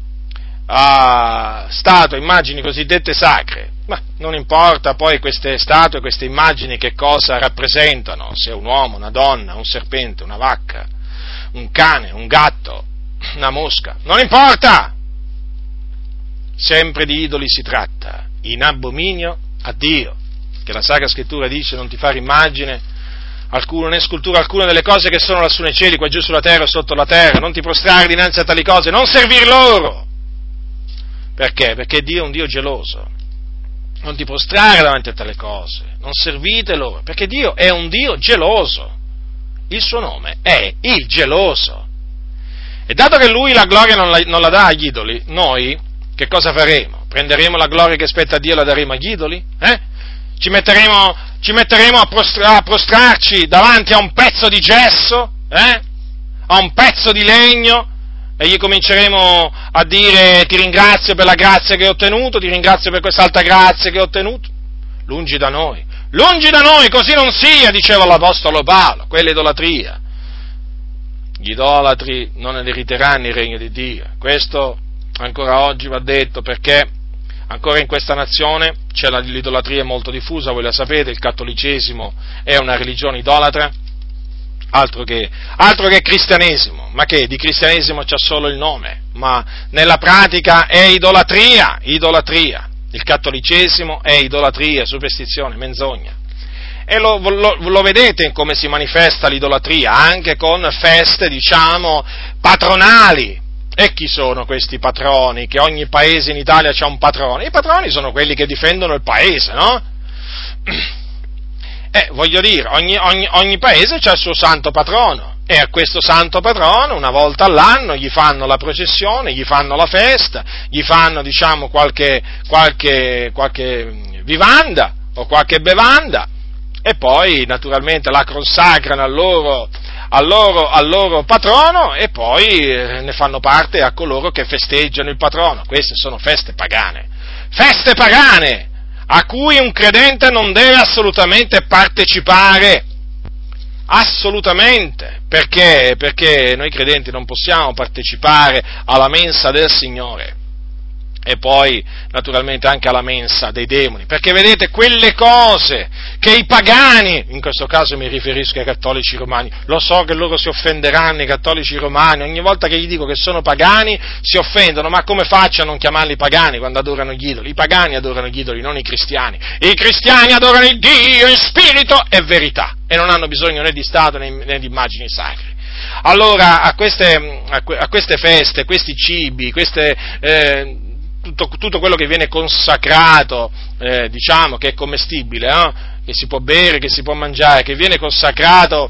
a statue, immagini cosiddette sacre, ma non importa poi queste statue, queste immagini che cosa rappresentano, se è un uomo, una donna, un serpente, una vacca, un cane, un gatto, una mosca, non importa, sempre di idoli si tratta, in abominio a Dio, che la Sacra Scrittura dice: non ti fare immagine alcuna, né scultura alcuna delle cose che sono lassù nei cieli, qua giù sulla terra o sotto la terra, non ti prostrare dinanzi a tali cose, non servir loro. Perché? Perché Dio è un Dio geloso. Non ti prostrare davanti a tali cose, non servite loro, perché Dio è un Dio geloso. Il suo nome è il geloso. E dato che Lui la gloria non la, non la dà agli idoli, noi che cosa faremo? Prenderemo la gloria che spetta a Dio e la daremo agli idoli? Eh? Ci metteremo, ci metteremo a, prostra, a prostrarci davanti a un pezzo di gesso? Eh? A un pezzo di legno? E gli cominceremo a dire: ti ringrazio per la grazia che ho ottenuto, ti ringrazio per questa alta grazia che ho ottenuto. Lungi da noi, lungi da noi, così non sia, diceva l'Apostolo Paolo, quella idolatria. Gli idolatri non erediteranno il regno di Dio. Questo ancora oggi va detto, perché ancora in questa nazione c'è la, l'idolatria molto diffusa, voi la sapete, il cattolicesimo è una religione idolatra. Altro che, altro che cristianesimo, ma che di cristianesimo c'ha solo il nome, ma nella pratica è idolatria, idolatria. Il cattolicesimo è idolatria, superstizione, menzogna. E lo, lo, lo vedete come si manifesta l'idolatria, anche con feste, diciamo, patronali. E chi sono questi patroni? Che ogni paese in Italia c'ha un patrone. I patroni sono quelli che difendono il paese, no? Eh, voglio dire, ogni, ogni, ogni paese c'ha il suo santo patrono, e a questo santo patrono una volta all'anno gli fanno la processione, gli fanno la festa, gli fanno, diciamo, qualche, qualche, qualche vivanda o qualche bevanda, e poi naturalmente la consacrano al loro, al loro, al loro patrono, e poi ne fanno parte a coloro che festeggiano il patrono. Queste sono feste pagane, feste pagane! A cui un credente non deve assolutamente partecipare, assolutamente, perché? Perché noi credenti non possiamo partecipare alla mensa del Signore, e poi naturalmente anche alla mensa dei demoni, perché vedete, quelle cose che i pagani, in questo caso mi riferisco ai cattolici romani, lo so che loro si offenderanno, i cattolici romani, ogni volta che gli dico che sono pagani si offendono, ma come faccio a non chiamarli pagani quando adorano gli idoli? I pagani adorano gli idoli, non i cristiani. I cristiani adorano il Dio in spirito e verità, e non hanno bisogno né di statua né, né di immagini sacre. allora a queste, a que, a queste feste, questi cibi, queste, eh, tutto, tutto quello che viene consacrato, eh, diciamo, che è commestibile, no? Che si può bere, che si può mangiare, che viene consacrato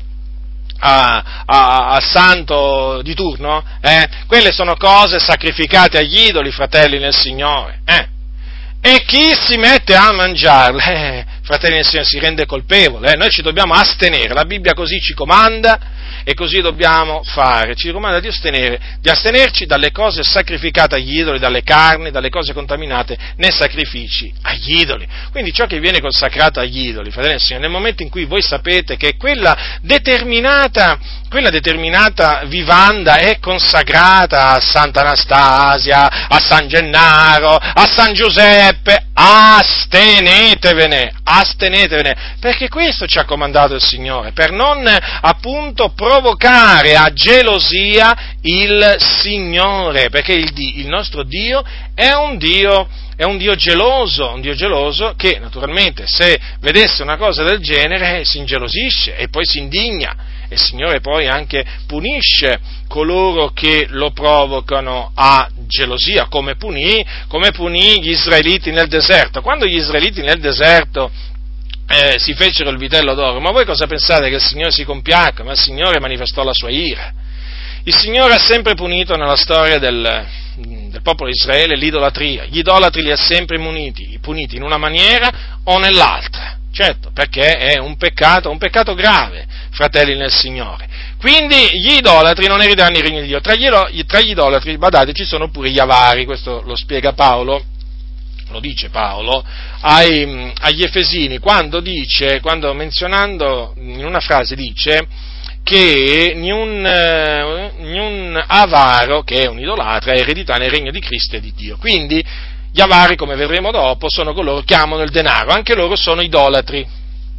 a, a, a santo di turno, eh? Quelle sono cose sacrificate agli idoli, fratelli nel Signore, eh? E chi si mette a mangiarle, eh, fratelli nel Signore, si rende colpevole, eh? Noi ci dobbiamo astenere, la Bibbia così ci comanda e così dobbiamo fare, ci comanda di astenere, di astenerci dalle cose sacrificate agli idoli, dalle carni, dalle cose contaminate nei sacrifici agli idoli. Quindi ciò che viene consacrato agli idoli, fratelli nel Signore, nel momento in cui voi sapete che quella determinata, quella determinata vivanda è consacrata a Sant'Anastasia, a San Gennaro, a San Giuseppe, astenetevene, astenetevene, perché questo ci ha comandato il Signore, per non appunto provocare a gelosia il Signore, perché il, il nostro Dio è un Dio, è un Dio geloso, un Dio geloso che naturalmente se vedesse una cosa del genere si ingelosisce e poi si indigna. E il Signore poi anche punisce coloro che lo provocano a gelosia, come punì, come punì gli israeliti nel deserto. Quando gli israeliti nel deserto eh, si fecero il vitello d'oro, ma voi cosa pensate, che il Signore si compiacque? Ma il Signore manifestò la sua ira. Il Signore ha sempre punito nella storia del, del popolo di Israele l'idolatria. Gli idolatri li ha sempre muniti, puniti in una maniera o nell'altra. Certo, perché è un peccato, un peccato grave, fratelli nel Signore. Quindi gli idolatri non erediteranno il regno di Dio. Tra gli, tra gli idolatri, badate, ci sono pure gli avari, questo lo spiega Paolo, lo dice Paolo, ai, agli Efesini, quando dice, quando menzionando, in una frase dice, che niun, eh, niun avaro, che è un idolatra, eredità nel regno di Cristo e di Dio. Quindi, gli avari, come vedremo dopo, sono coloro che amano il denaro, anche loro sono idolatri.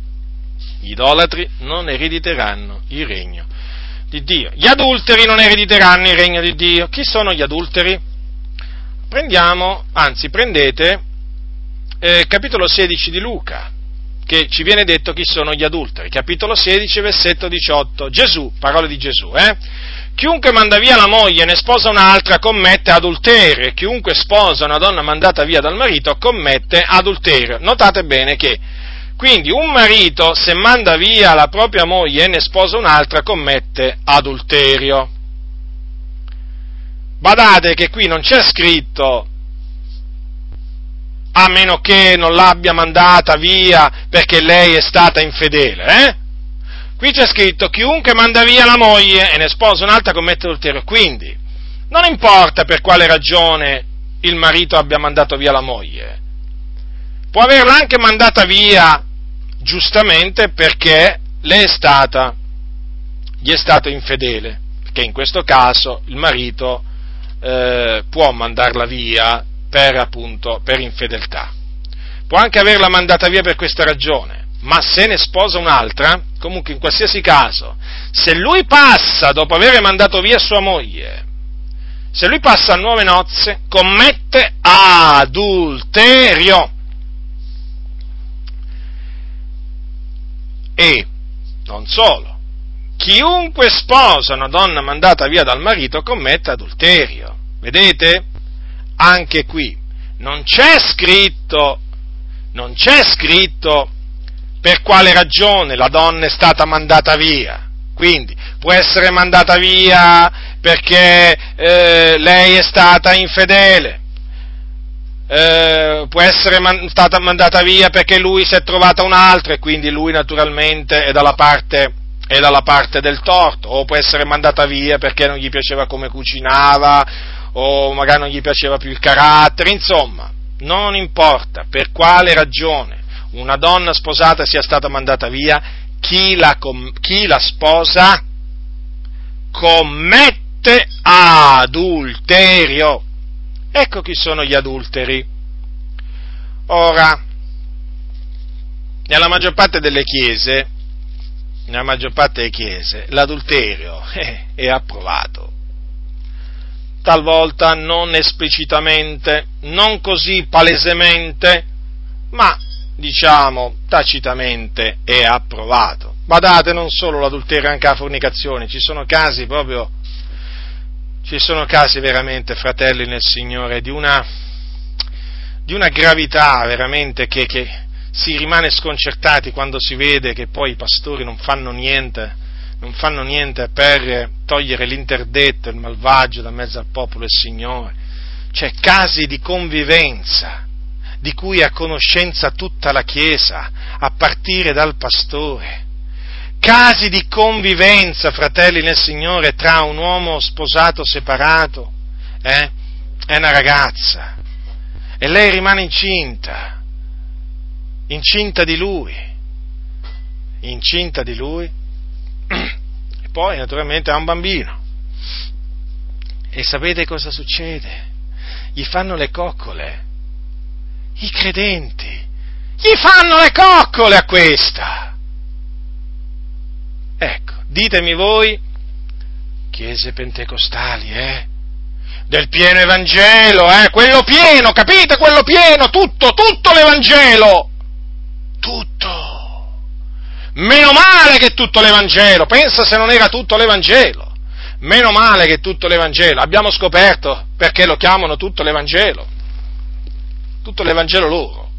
Gli idolatri non erediteranno il regno di Dio. Gli adulteri non erediteranno il regno di Dio. Chi sono gli adulteri? Prendiamo, anzi prendete, eh, capitolo sedici di Luca, che ci viene detto chi sono gli adulteri. Capitolo sedici, versetto diciotto. Gesù, parole di Gesù, eh? Chiunque manda via la moglie e ne sposa un'altra commette adulterio, e chiunque sposa una donna mandata via dal marito commette adulterio. Notate bene che, quindi, un marito, se manda via la propria moglie e ne sposa un'altra, commette adulterio. Badate che qui non c'è scritto, a meno che non l'abbia mandata via perché lei è stata infedele, eh? Qui c'è scritto, chiunque manda via la moglie e ne sposa un'altra commette adulterio. Quindi, non importa per quale ragione il marito abbia mandato via la moglie, può averla anche mandata via, giustamente, perché lei è stata, gli è stato infedele, perché in questo caso il marito eh, può mandarla via per, appunto, per infedeltà. Può anche averla mandata via per questa ragione. Ma se ne sposa un'altra, comunque in qualsiasi caso, se lui passa, dopo aver mandato via sua moglie, se lui passa a nuove nozze, commette adulterio. E non solo, chiunque sposa una donna mandata via dal marito commette adulterio. Vedete? Anche qui non c'è scritto, non c'è scritto per quale ragione la donna è stata mandata via. Quindi può essere mandata via perché eh, lei è stata infedele, eh, può essere man- stata mandata via perché lui si è trovata un altro e quindi lui naturalmente è dalla parte, è dalla parte del torto, o può essere mandata via perché non gli piaceva come cucinava, o magari non gli piaceva più il carattere. Insomma, non importa per quale ragione una donna sposata sia stata mandata via, chi la, com- chi la sposa commette adulterio. Ecco chi sono gli adulteri. Ora, nella maggior parte delle chiese, nella maggior parte delle chiese, l'adulterio eh, è approvato. Talvolta non esplicitamente, non così palesemente, ma diciamo tacitamente è approvato. Badate, non solo l'adulterio, anche la fornicazione, ci sono casi proprio, ci sono casi veramente, fratelli nel Signore, di una, di una gravità veramente che, che si rimane sconcertati quando si vede che poi i pastori non fanno niente, non fanno niente per togliere l'interdetto, il malvagio da mezzo al popolo del Signore. Cioè, casi di convivenza, di cui è a conoscenza tutta la Chiesa, a partire dal pastore. Casi di convivenza, fratelli nel Signore, tra un uomo sposato separato eh, e una ragazza, e lei rimane incinta, incinta di lui, incinta di lui, e poi naturalmente ha un bambino. E sapete cosa succede? Gli fanno le coccole, i credenti, gli fanno le coccole a questa. Ecco, ditemi voi, chiese pentecostali, eh? Del pieno Evangelo, eh? Quello pieno, capite? Quello pieno, tutto, tutto l'Evangelo, tutto. Meno male che tutto l'Evangelo, pensa se non era tutto l'Evangelo, meno male che tutto l'Evangelo, abbiamo scoperto perché lo chiamano tutto l'Evangelo, tutto l'Evangelo loro,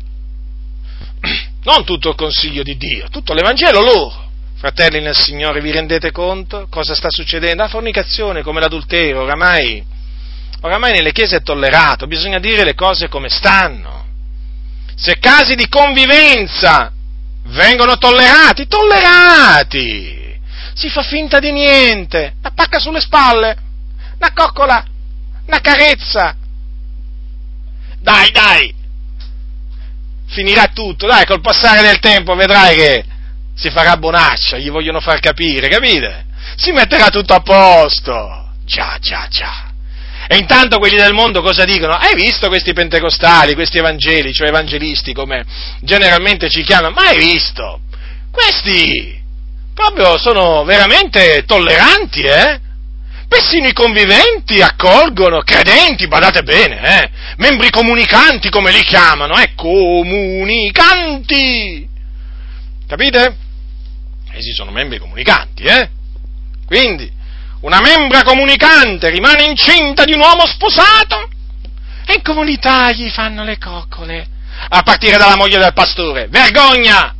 non tutto il consiglio di Dio, tutto l'Evangelo loro. Fratelli nel Signore, vi rendete conto cosa sta succedendo? La fornicazione, come l'adulterio, oramai, oramai nelle chiese è tollerato, bisogna dire le cose come stanno. Se casi di convivenza vengono tollerati, tollerati, si fa finta di niente, una pacca sulle spalle, una coccola, una carezza, dai, dai, finirà tutto, dai, col passare del tempo vedrai che si farà bonaccia, gli vogliono far capire, capite? Si metterà tutto a posto, già, già, già. E intanto quelli del mondo cosa dicono? Hai visto questi pentecostali, questi evangelici, o evangelisti come generalmente ci chiamano? Ma hai visto? Questi proprio sono veramente tolleranti, eh? Persino i conviventi accolgono, credenti, badate bene, eh? Membri comunicanti come li chiamano, eh? Comunicanti! Capite? Essi sono membri comunicanti, eh? Quindi, una membra comunicante rimane incinta di un uomo sposato e in comunità gli fanno le coccole, a partire dalla moglie del pastore. Vergogna!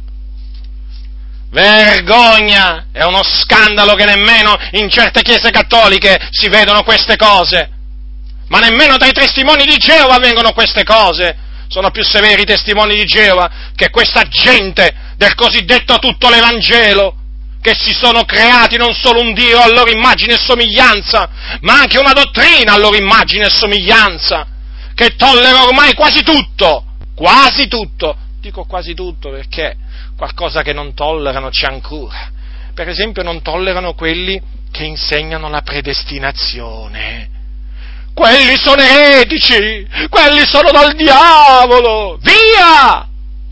Vergogna! È uno scandalo che nemmeno in certe chiese cattoliche si vedono queste cose, ma nemmeno tra i testimoni di Geova avvengono queste cose. Sono più severi i testimoni di Geova che questa gente del cosiddetto tutto l'Evangelo, che si sono creati non solo un Dio a loro immagine e somiglianza, ma anche una dottrina a loro immagine e somiglianza, che tollera ormai quasi tutto, quasi tutto, dico quasi tutto perché qualcosa che non tollerano c'è ancora. Per esempio non tollerano quelli che insegnano la predestinazione. Quelli sono eretici, quelli sono dal diavolo, via,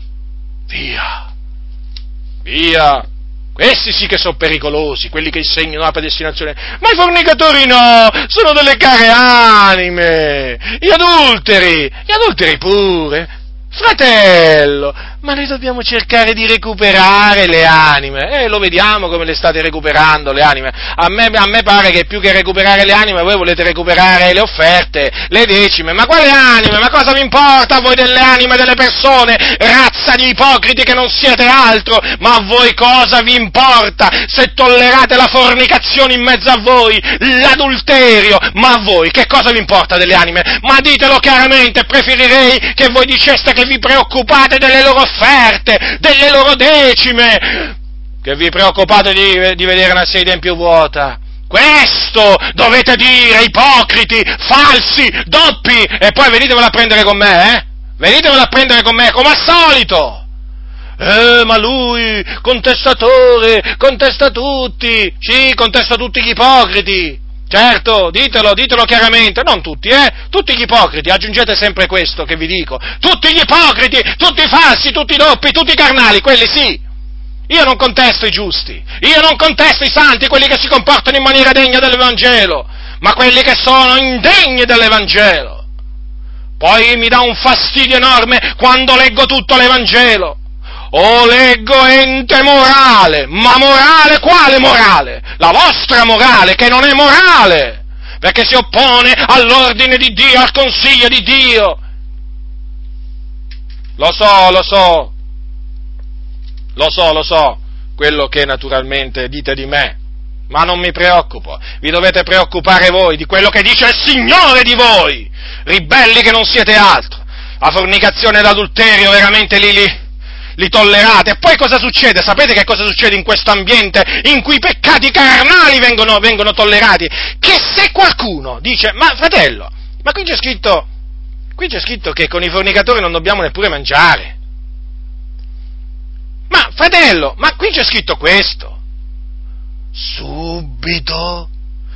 via, via, questi sì che sono pericolosi, quelli che insegnano la predestinazione, ma i fornicatori no, sono delle care anime, gli adulteri, gli adulteri pure, fratello, ma noi dobbiamo cercare di recuperare le anime, e eh, lo vediamo come le state recuperando le anime. A me, a me pare che più che recuperare le anime voi volete recuperare le offerte, le decime, ma quale anime? Ma cosa vi importa a voi delle anime delle persone, razza di ipocriti che non siete altro? Ma a voi cosa vi importa se tollerate la fornicazione in mezzo a voi, l'adulterio? Ma a voi che cosa vi importa delle anime? Ma ditelo chiaramente, preferirei che voi diceste che vi preoccupate delle loro offerte, delle loro decime, che vi preoccupate di, di vedere una sedia in più vuota. Questo dovete dire, ipocriti, falsi, doppi, e poi venitevela a prendere con me, eh? Venitevela a prendere con me, come al solito. Eh, ma lui, contestatore, contesta tutti, sì, contesta tutti gli ipocriti. Certo, ditelo, ditelo chiaramente, non tutti, eh? Tutti gli ipocriti, aggiungete sempre questo che vi dico, tutti gli ipocriti, tutti i falsi, tutti i doppi, tutti i carnali, quelli sì. Io non contesto i giusti, io non contesto i santi, quelli che si comportano in maniera degna dell'Evangelo, ma quelli che sono indegni dell'Evangelo. Poi mi dà un fastidio enorme quando leggo tutto l'Evangelo, o leggo ente morale, ma morale quale morale? La vostra morale, che non è morale, perché si oppone all'ordine di Dio, al consiglio di Dio. Lo so, lo so, lo so, lo so, quello che naturalmente dite di me, ma non mi preoccupo, vi dovete preoccupare voi di quello che dice il Signore di voi, ribelli che non siete altro. La fornicazione e l'adulterio veramente li, li, li tollerate, e poi cosa succede? Sapete che cosa succede in questo ambiente in cui i peccati carnali vengono, vengono tollerati? Che se qualcuno dice, ma fratello, ma qui c'è scritto, qui c'è scritto che con i fornicatori non dobbiamo neppure mangiare. Ma fratello, ma qui c'è scritto questo. Subito,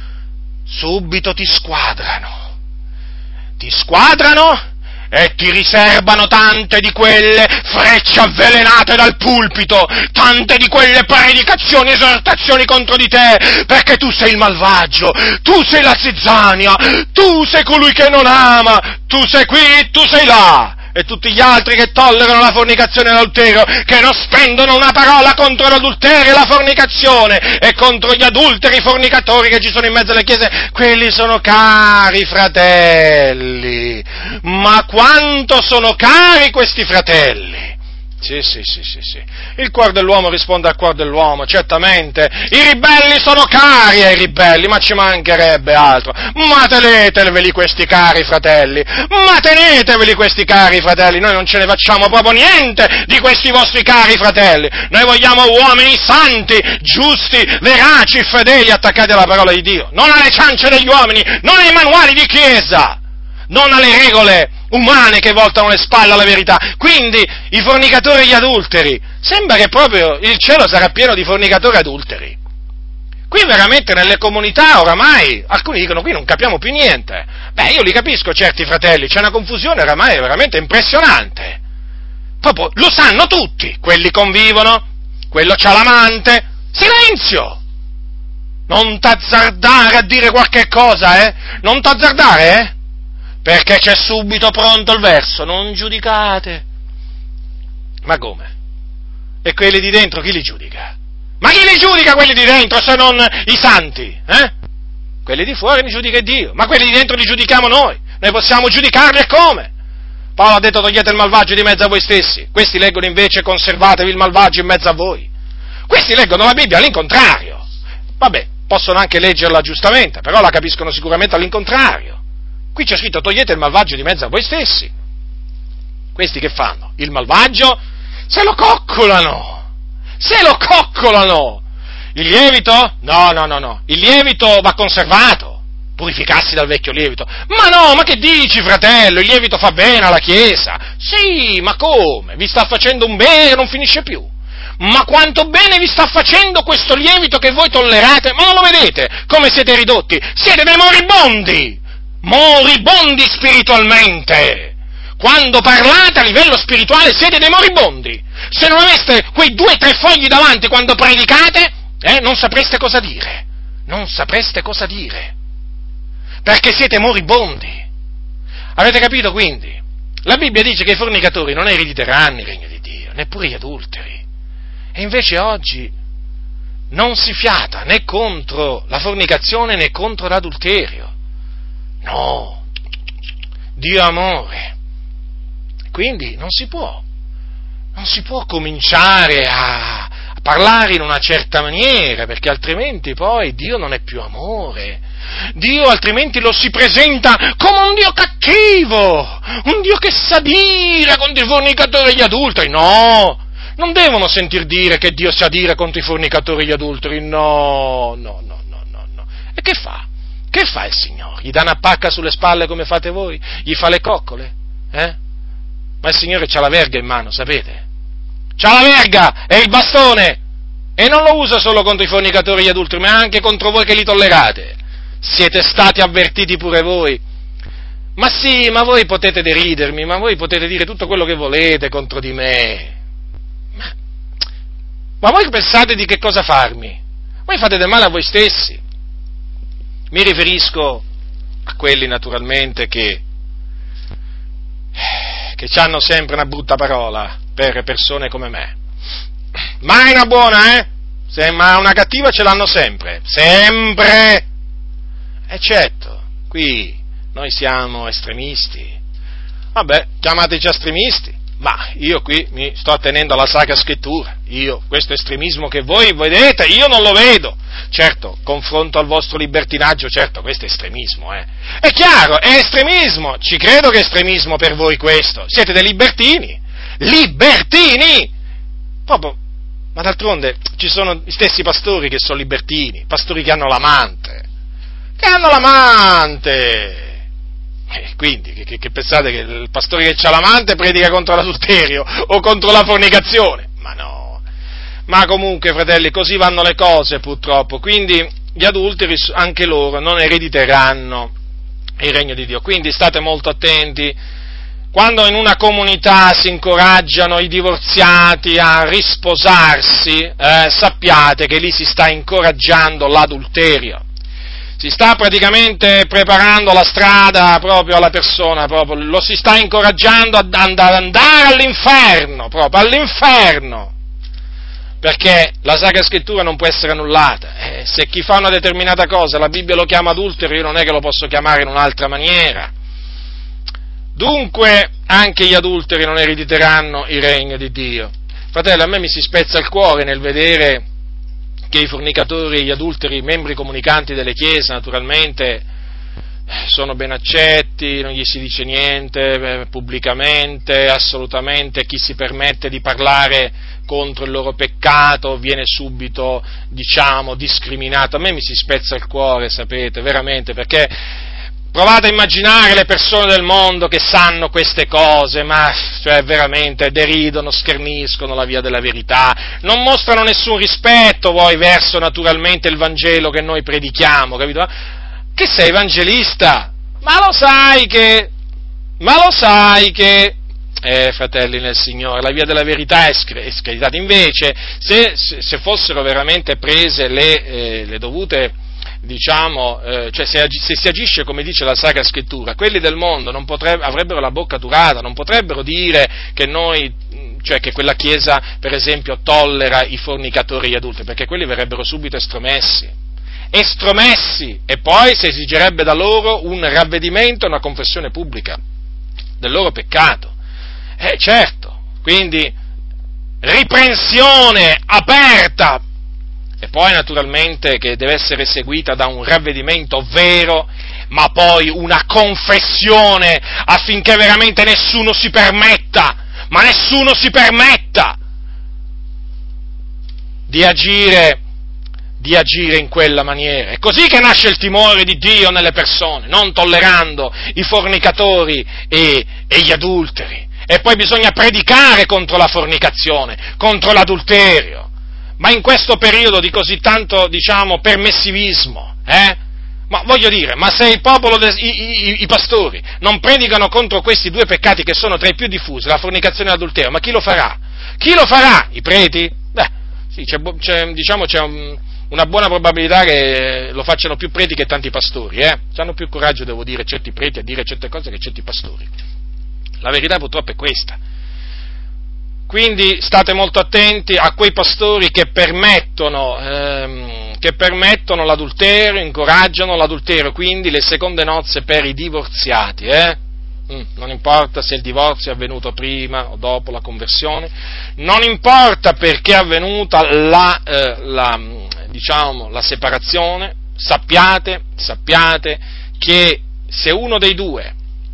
subito ti squadrano, ti squadrano e ti riserbano tante di quelle frecce avvelenate dal pulpito, tante di quelle predicazioni, esortazioni contro di te, perché tu sei il malvagio, tu sei la zizzania, tu sei colui che non ama, tu sei qui, tu sei là. E tutti gli altri che tollerano la fornicazione e l'adulterio, che non spendono una parola contro l'adulterio e la fornicazione, e contro gli adulteri fornicatori che ci sono in mezzo alle chiese, quelli sono cari fratelli, ma quanto sono cari questi fratelli! Sì, sì, sì, sì, sì. Il cuore dell'uomo risponde al cuore dell'uomo, certamente. I ribelli sono cari ai ribelli, ma ci mancherebbe altro. Ma teneteveli questi cari fratelli, ma teneteveli questi cari fratelli. Noi non ce ne facciamo proprio niente di questi vostri cari fratelli. Noi vogliamo uomini santi, giusti, veraci, fedeli, attaccati alla parola di Dio. Non alle ciance degli uomini, non ai manuali di chiesa, non alle regole umane che voltano le spalle alla verità. Quindi i fornicatori e gli adulteri, sembra che proprio il cielo sarà pieno di fornicatori e adulteri. Qui veramente nelle comunità oramai, alcuni dicono qui non capiamo più niente. Beh, io li capisco certi fratelli, c'è una confusione oramai veramente impressionante. Proprio lo sanno tutti, quelli convivono, quello c'ha l'amante, silenzio! Non t'azzardare a dire qualche cosa, eh? Non t'azzardare, eh? Perché c'è subito pronto il verso, non giudicate. Ma come? E quelli di dentro chi li giudica? Ma chi li giudica quelli di dentro se non i santi? Eh? Quelli di fuori li giudica Dio, ma quelli di dentro li giudichiamo noi. Noi possiamo giudicarli e come? Paolo ha detto togliete il malvagio di mezzo a voi stessi. Questi leggono invece conservatevi il malvagio in mezzo a voi. Questi leggono la Bibbia all'incontrario. Vabbè, possono anche leggerla giustamente, però la capiscono sicuramente all'incontrario. Qui c'è scritto togliete il malvagio di mezzo a voi stessi. Questi che fanno? Il malvagio se lo coccolano, se lo coccolano. Il lievito? No, no, no, no. Il lievito va conservato, purificarsi dal vecchio lievito. Ma no, ma che dici, fratello? Il lievito fa bene alla Chiesa. Sì, ma come? Vi sta facendo un bene che non finisce più. Ma quanto bene vi sta facendo questo lievito che voi tollerate? Ma non lo vedete come siete ridotti? Siete dei moribondi! Moribondi spiritualmente! Quando parlate a livello spirituale siete dei moribondi! Se non aveste quei due o tre fogli davanti quando predicate, eh, non sapreste cosa dire. Non sapreste cosa dire. Perché siete moribondi. Avete capito quindi? La Bibbia dice che i fornicatori non erediteranno il regno di Dio, neppure gli adulteri. E invece oggi non si fiata né contro la fornicazione né contro l'adulterio. No, Dio è amore. Quindi non si può, non si può cominciare a, a parlare in una certa maniera, perché altrimenti poi Dio non è più amore. Dio altrimenti lo si presenta come un Dio cattivo, un Dio che sa dire contro i fornicatori e gli adulteri. No, non devono sentir dire che Dio sa dire contro i fornicatori e gli adulteri. No, no, no, no, no, no. E che fa? Che fa il Signore? Gli dà una pacca sulle spalle come fate voi? Gli fa le coccole? Eh? Ma il Signore c'ha la verga in mano, sapete? C'ha la verga e il bastone! E non lo usa solo contro i fornicatori e gli adulteri, ma anche contro voi che li tollerate. Siete stati avvertiti pure voi. Ma sì, ma voi potete deridermi, ma voi potete dire tutto quello che volete contro di me. Ma, ma voi pensate di che cosa farmi? Voi fate del male a voi stessi. Mi riferisco a quelli naturalmente che, che hanno sempre una brutta parola per persone come me. Mai una buona, eh? Se, ma una cattiva ce l'hanno sempre, sempre! E certo, qui noi siamo estremisti. Vabbè, chiamateci estremisti, ma io qui mi sto attenendo alla Sacra Scrittura. Io, questo estremismo che voi vedete, io non lo vedo. Certo, confronto al vostro libertinaggio, certo, questo è estremismo, eh. È chiaro, è estremismo, ci credo che è estremismo per voi questo. Siete dei libertini, libertini! Proprio, ma d'altronde ci sono gli stessi pastori che sono libertini, pastori che hanno l'amante, che hanno l'amante! Eh, quindi, che, che, che pensate che il pastore che ha l'amante predica contro l'adulterio o contro la fornicazione? Ma no, ma comunque, fratelli, così vanno le cose purtroppo, quindi gli adulteri anche loro non erediteranno il regno di Dio, quindi state molto attenti, quando in una comunità si incoraggiano i divorziati a risposarsi, eh, sappiate che lì si sta incoraggiando l'adulterio. Si sta praticamente preparando la strada proprio alla persona, proprio, lo si sta incoraggiando ad andare, andare all'inferno, proprio all'inferno, perché la Sacra Scrittura non può essere annullata. Eh, se chi fa una determinata cosa, la Bibbia lo chiama adultero, io non è che lo posso chiamare in un'altra maniera. Dunque, anche gli adulteri non erediteranno il regno di Dio. Fratello, a me mi si spezza il cuore nel vedere che i fornicatori, gli adulteri, i membri comunicanti delle chiese, naturalmente, sono ben accetti, non gli si dice niente eh, pubblicamente, assolutamente. Chi si permette di parlare contro il loro peccato viene subito, diciamo, discriminato. A me mi si spezza il cuore, sapete, veramente, perché provate a immaginare le persone del mondo che sanno queste cose, ma cioè veramente deridono, scherniscono la via della verità, non mostrano nessun rispetto poi verso naturalmente il Vangelo che noi predichiamo, capito? Che sei evangelista? Ma lo sai che, ma lo sai che, eh fratelli nel Signore, la via della verità è screditata. Invece, se, se fossero veramente prese le, eh, le dovute, diciamo, eh, cioè se, se si agisce come dice la Sacra Scrittura, quelli del mondo non potrebbero, avrebbero la bocca durata, non potrebbero dire che noi, cioè che quella Chiesa, per esempio, tollera i fornicatori e gli adulteri, perché quelli verrebbero subito estromessi. estromessi e poi si esigerebbe da loro un ravvedimento e una confessione pubblica del loro peccato. Eh certo, quindi riprensione aperta e poi naturalmente che deve essere seguita da un ravvedimento vero, ma poi una confessione affinché veramente nessuno si permetta, ma nessuno si permetta di agire di agire in quella maniera. È così che nasce il timore di Dio nelle persone, non tollerando i fornicatori e, e gli adulteri. E poi bisogna predicare contro la fornicazione, contro l'adulterio. Ma in questo periodo di così tanto, diciamo, permissivismo, eh? Ma voglio dire, ma se il popolo, de, i, i, i pastori non predicano contro questi due peccati che sono tra i più diffusi, la fornicazione e l'adulterio, ma chi lo farà? Chi lo farà? I preti? Beh, sì, c'è, c'è, diciamo c'è un... una buona probabilità che lo facciano più preti che tanti pastori, eh? Hanno più coraggio, devo dire, certi preti a dire certe cose che certi pastori. La verità purtroppo è questa. Quindi state molto attenti a quei pastori che permettono, ehm, che permettono l'adulterio, incoraggiano l'adulterio, quindi le seconde nozze per i divorziati, eh? Mm, non importa se il divorzio è avvenuto prima o dopo la conversione, non importa perché è avvenuta la, eh, la, diciamo, la separazione, sappiate, sappiate che se uno dei due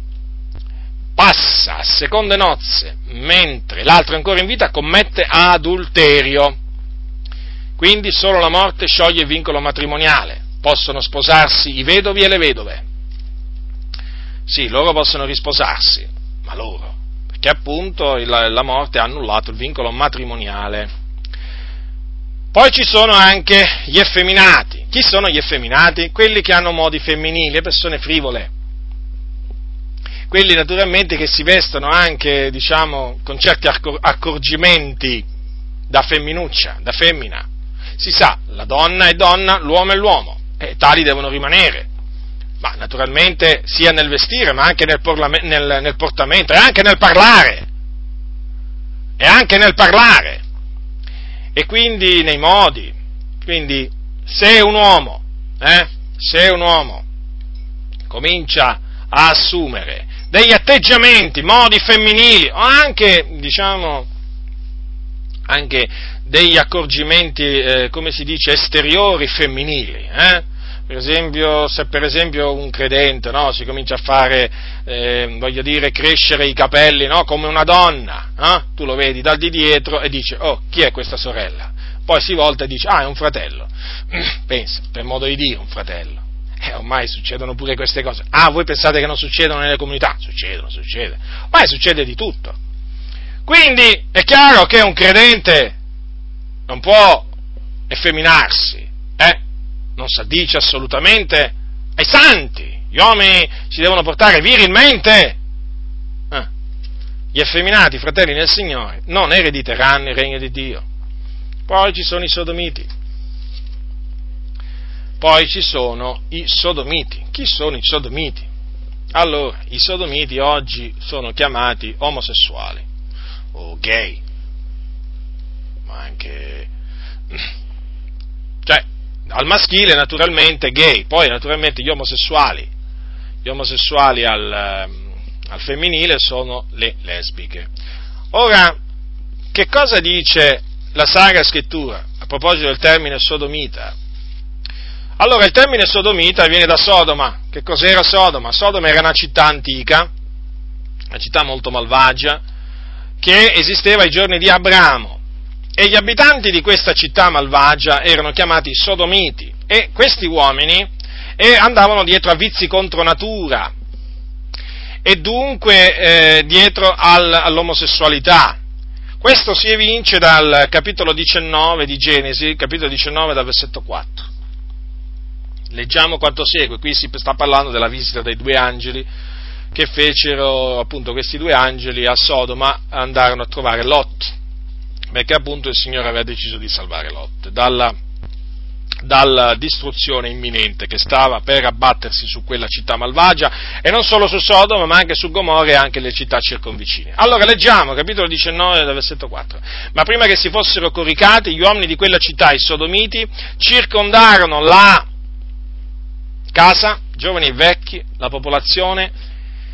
passa a seconde nozze mentre l'altro è ancora in vita, commette adulterio. Quindi solo la morte scioglie il vincolo matrimoniale. Possono sposarsi i vedovi e le vedove. Sì, loro possono risposarsi, ma loro, perché appunto la, la morte ha annullato il vincolo matrimoniale. Poi ci sono anche gli effeminati. Chi sono gli effeminati? Quelli che hanno modi femminili, le persone frivole. Quelli naturalmente che si vestono anche, diciamo, con certi accorgimenti da femminuccia, da femmina. Si sa, la donna è donna, l'uomo è l'uomo, e tali devono rimanere. Ma naturalmente sia nel vestire, ma anche nel, nel, nel portamento, e anche nel parlare. E anche nel parlare. e quindi nei modi. Quindi se un uomo, eh, se un uomo comincia a assumere degli atteggiamenti, modi femminili, o anche, diciamo, anche degli accorgimenti, eh, come si dice, esteriori femminili, eh? Per esempio, se per esempio un credente, no, si comincia a fare, eh, voglio dire, crescere i capelli, no, come una donna, eh? Tu lo vedi dal di dietro e dici, oh, chi è questa sorella? Poi si volta e dice, ah, è un fratello. Pensa, per modo di dire, un fratello. Eh, ormai succedono pure queste cose. Ah, voi pensate che non succedono nelle comunità? Succedono, succede. Ormai succede di tutto. Quindi è chiaro che un credente non può effeminarsi, eh? Non si addice assolutamente ai santi. Gli uomini si devono portare virilmente. Eh. Gli effeminati, fratelli nel Signore, non erediteranno il regno di Dio. Poi ci sono i sodomiti. Poi ci sono i sodomiti. Chi sono i sodomiti? Allora, i sodomiti oggi sono chiamati omosessuali o gay, ma anche, cioè, al maschile naturalmente gay, poi naturalmente gli omosessuali, gli omosessuali al, al femminile sono le lesbiche. Ora, che cosa dice la Sacra Scrittura a proposito del termine sodomita? Allora, il termine sodomita viene da Sodoma. Che cos'era Sodoma? Sodoma era una città antica, una città molto malvagia, che esisteva ai giorni di Abramo, e gli abitanti di questa città malvagia erano chiamati sodomiti, e questi uomini eh, andavano dietro a vizi contro natura, e dunque eh, dietro al, all'omosessualità. Questo si evince dal capitolo diciannove di Genesi, capitolo diciannove dal versetto quattro. Leggiamo quanto segue. Qui si sta parlando della visita dei due angeli che fecero, appunto, questi due angeli a Sodoma, andarono a trovare Lot, perché appunto il Signore aveva deciso di salvare Lot dalla, dalla distruzione imminente che stava per abbattersi su quella città malvagia, e non solo su Sodoma, ma anche su Gomorra e anche le città circonvicine. Allora leggiamo, capitolo diciannove, dal versetto quattro. Ma prima che si fossero coricati, gli uomini di quella città, i sodomiti, circondarono la casa, giovani e vecchi, la popolazione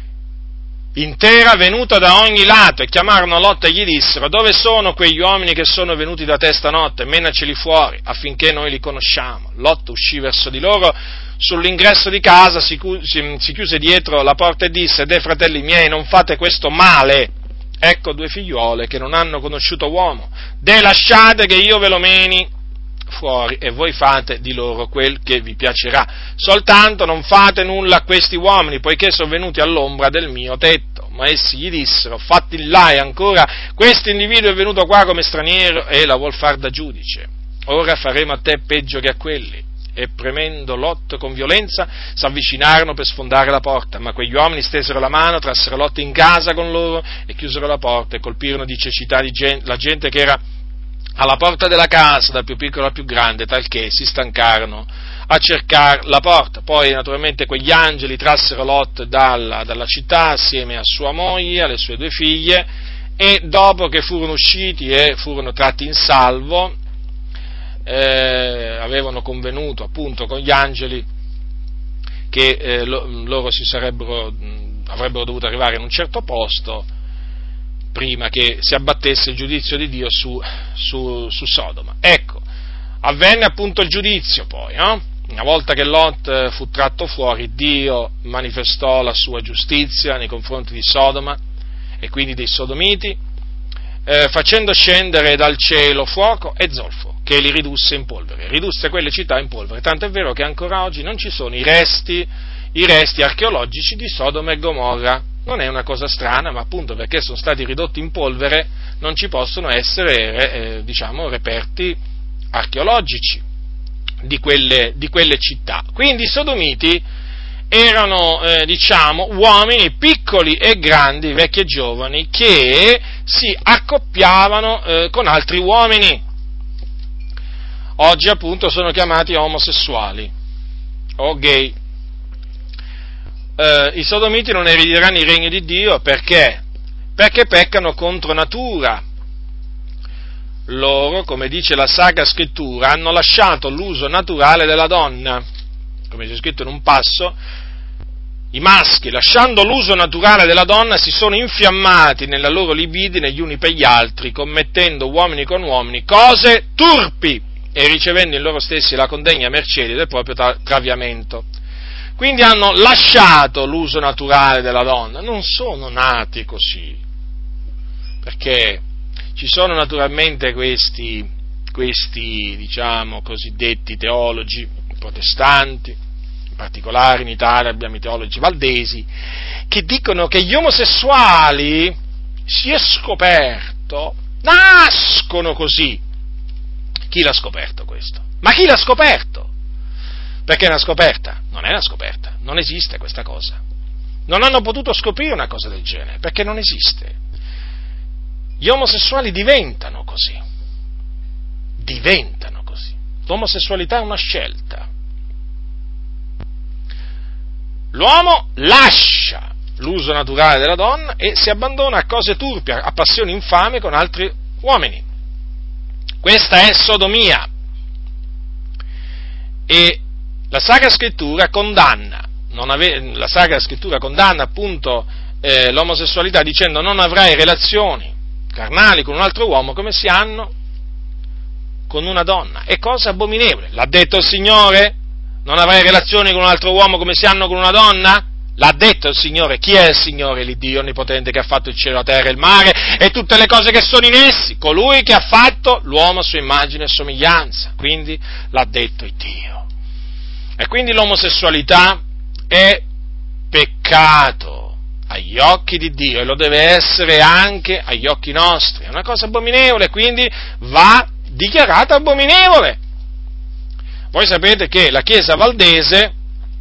intera venuta da ogni lato, e chiamarono Lot e gli dissero: dove sono quegli uomini che sono venuti da te stanotte? Menaceli fuori, affinché noi li conosciamo. Lot uscì verso di loro sull'ingresso di casa, si, si, si chiuse dietro la porta e disse: deh, fratelli miei, non fate questo male. Ecco due figliuole che non hanno conosciuto uomo. Deh, lasciate che io ve lo meni fuori, e voi fate di loro quel che vi piacerà, soltanto non fate nulla a questi uomini, poiché sono venuti all'ombra del mio tetto. Ma essi gli dissero: fatti là, e ancora questo individuo è venuto qua come straniero e la vuol far da giudice. Ora faremo a te peggio che a quelli. E premendo Lot con violenza s'avvicinarono per sfondare la porta, ma quegli uomini stesero la mano, trassero Lot in casa con loro e chiusero la porta, e colpirono di cecità di gente, la gente che era alla porta della casa, dal più piccolo al più grande, talché si stancarono a cercare la porta. Poi naturalmente quegli angeli trassero Lot dalla, dalla città assieme a sua moglie, alle sue due figlie, e dopo che furono usciti e furono tratti in salvo, eh, avevano convenuto appunto con gli angeli che eh, lo, loro si sarebbero, avrebbero dovuto arrivare in un certo posto prima che si abbattesse il giudizio di Dio su, su, su Sodoma. Ecco, avvenne appunto il giudizio poi, no? Una volta che Lot fu tratto fuori, Dio manifestò la sua giustizia nei confronti di Sodoma e quindi dei sodomiti, eh, facendo scendere dal cielo fuoco e zolfo, che li ridusse in polvere, ridusse quelle città in polvere, tanto è vero che ancora oggi non ci sono i resti, i resti archeologici di Sodoma e Gomorra. Non è una cosa strana, ma appunto perché sono stati ridotti in polvere non ci possono essere, eh, diciamo, reperti archeologici di quelle, di quelle città. Quindi i sodomiti erano, eh, diciamo, uomini piccoli e grandi, vecchi e giovani, che si accoppiavano eh, con altri uomini. Oggi appunto sono chiamati omosessuali o gay. Uh, i sodomiti non erediteranno il regno di Dio perché? Perché peccano contro natura. loro, come dice la Sacra Scrittura, hanno lasciato l'uso naturale della donna. Come c'è scritto in un passo, i maschi, lasciando l'uso naturale della donna, si sono infiammati nella loro libidine gli uni per gli altri, commettendo uomini con uomini cose turpi e ricevendo in loro stessi la condegna mercede del proprio tra- traviamento. Quindi hanno lasciato l'uso naturale della donna, non sono nati così, perché ci sono naturalmente questi, questi, diciamo, cosiddetti teologi protestanti, in particolare in Italia abbiamo i teologi valdesi, che dicono che gli omosessuali, si è scoperto, nascono così. Chi l'ha scoperto questo? Ma chi l'ha scoperto? Perché è una scoperta? Non è una scoperta, non esiste questa cosa. Non hanno potuto scoprire una cosa del genere, perché non esiste. Gli omosessuali diventano così, diventano così. L'omosessualità è una scelta. L'uomo lascia l'uso naturale della donna e si abbandona a cose turpi, a passioni infame con altri uomini. Questa è sodomia. E la Sacra Scrittura condanna, non ave, la Sacra Scrittura condanna appunto eh, l'omosessualità dicendo non avrai relazioni carnali con un altro uomo come si hanno con una donna. È cosa abominevole. L'ha detto il Signore? Non avrai relazioni con un altro uomo come si hanno con una donna? L'ha detto il Signore. Chi è il Signore? L'Iddio onnipotente che ha fatto il cielo, la terra e il mare e tutte le cose che sono in essi. Colui che ha fatto l'uomo a sua immagine e somiglianza. Quindi l'ha detto il Dio. E quindi l'omosessualità è peccato agli occhi di Dio e lo deve essere anche agli occhi nostri. È una cosa abominevole, quindi va dichiarata abominevole. Voi sapete che la Chiesa valdese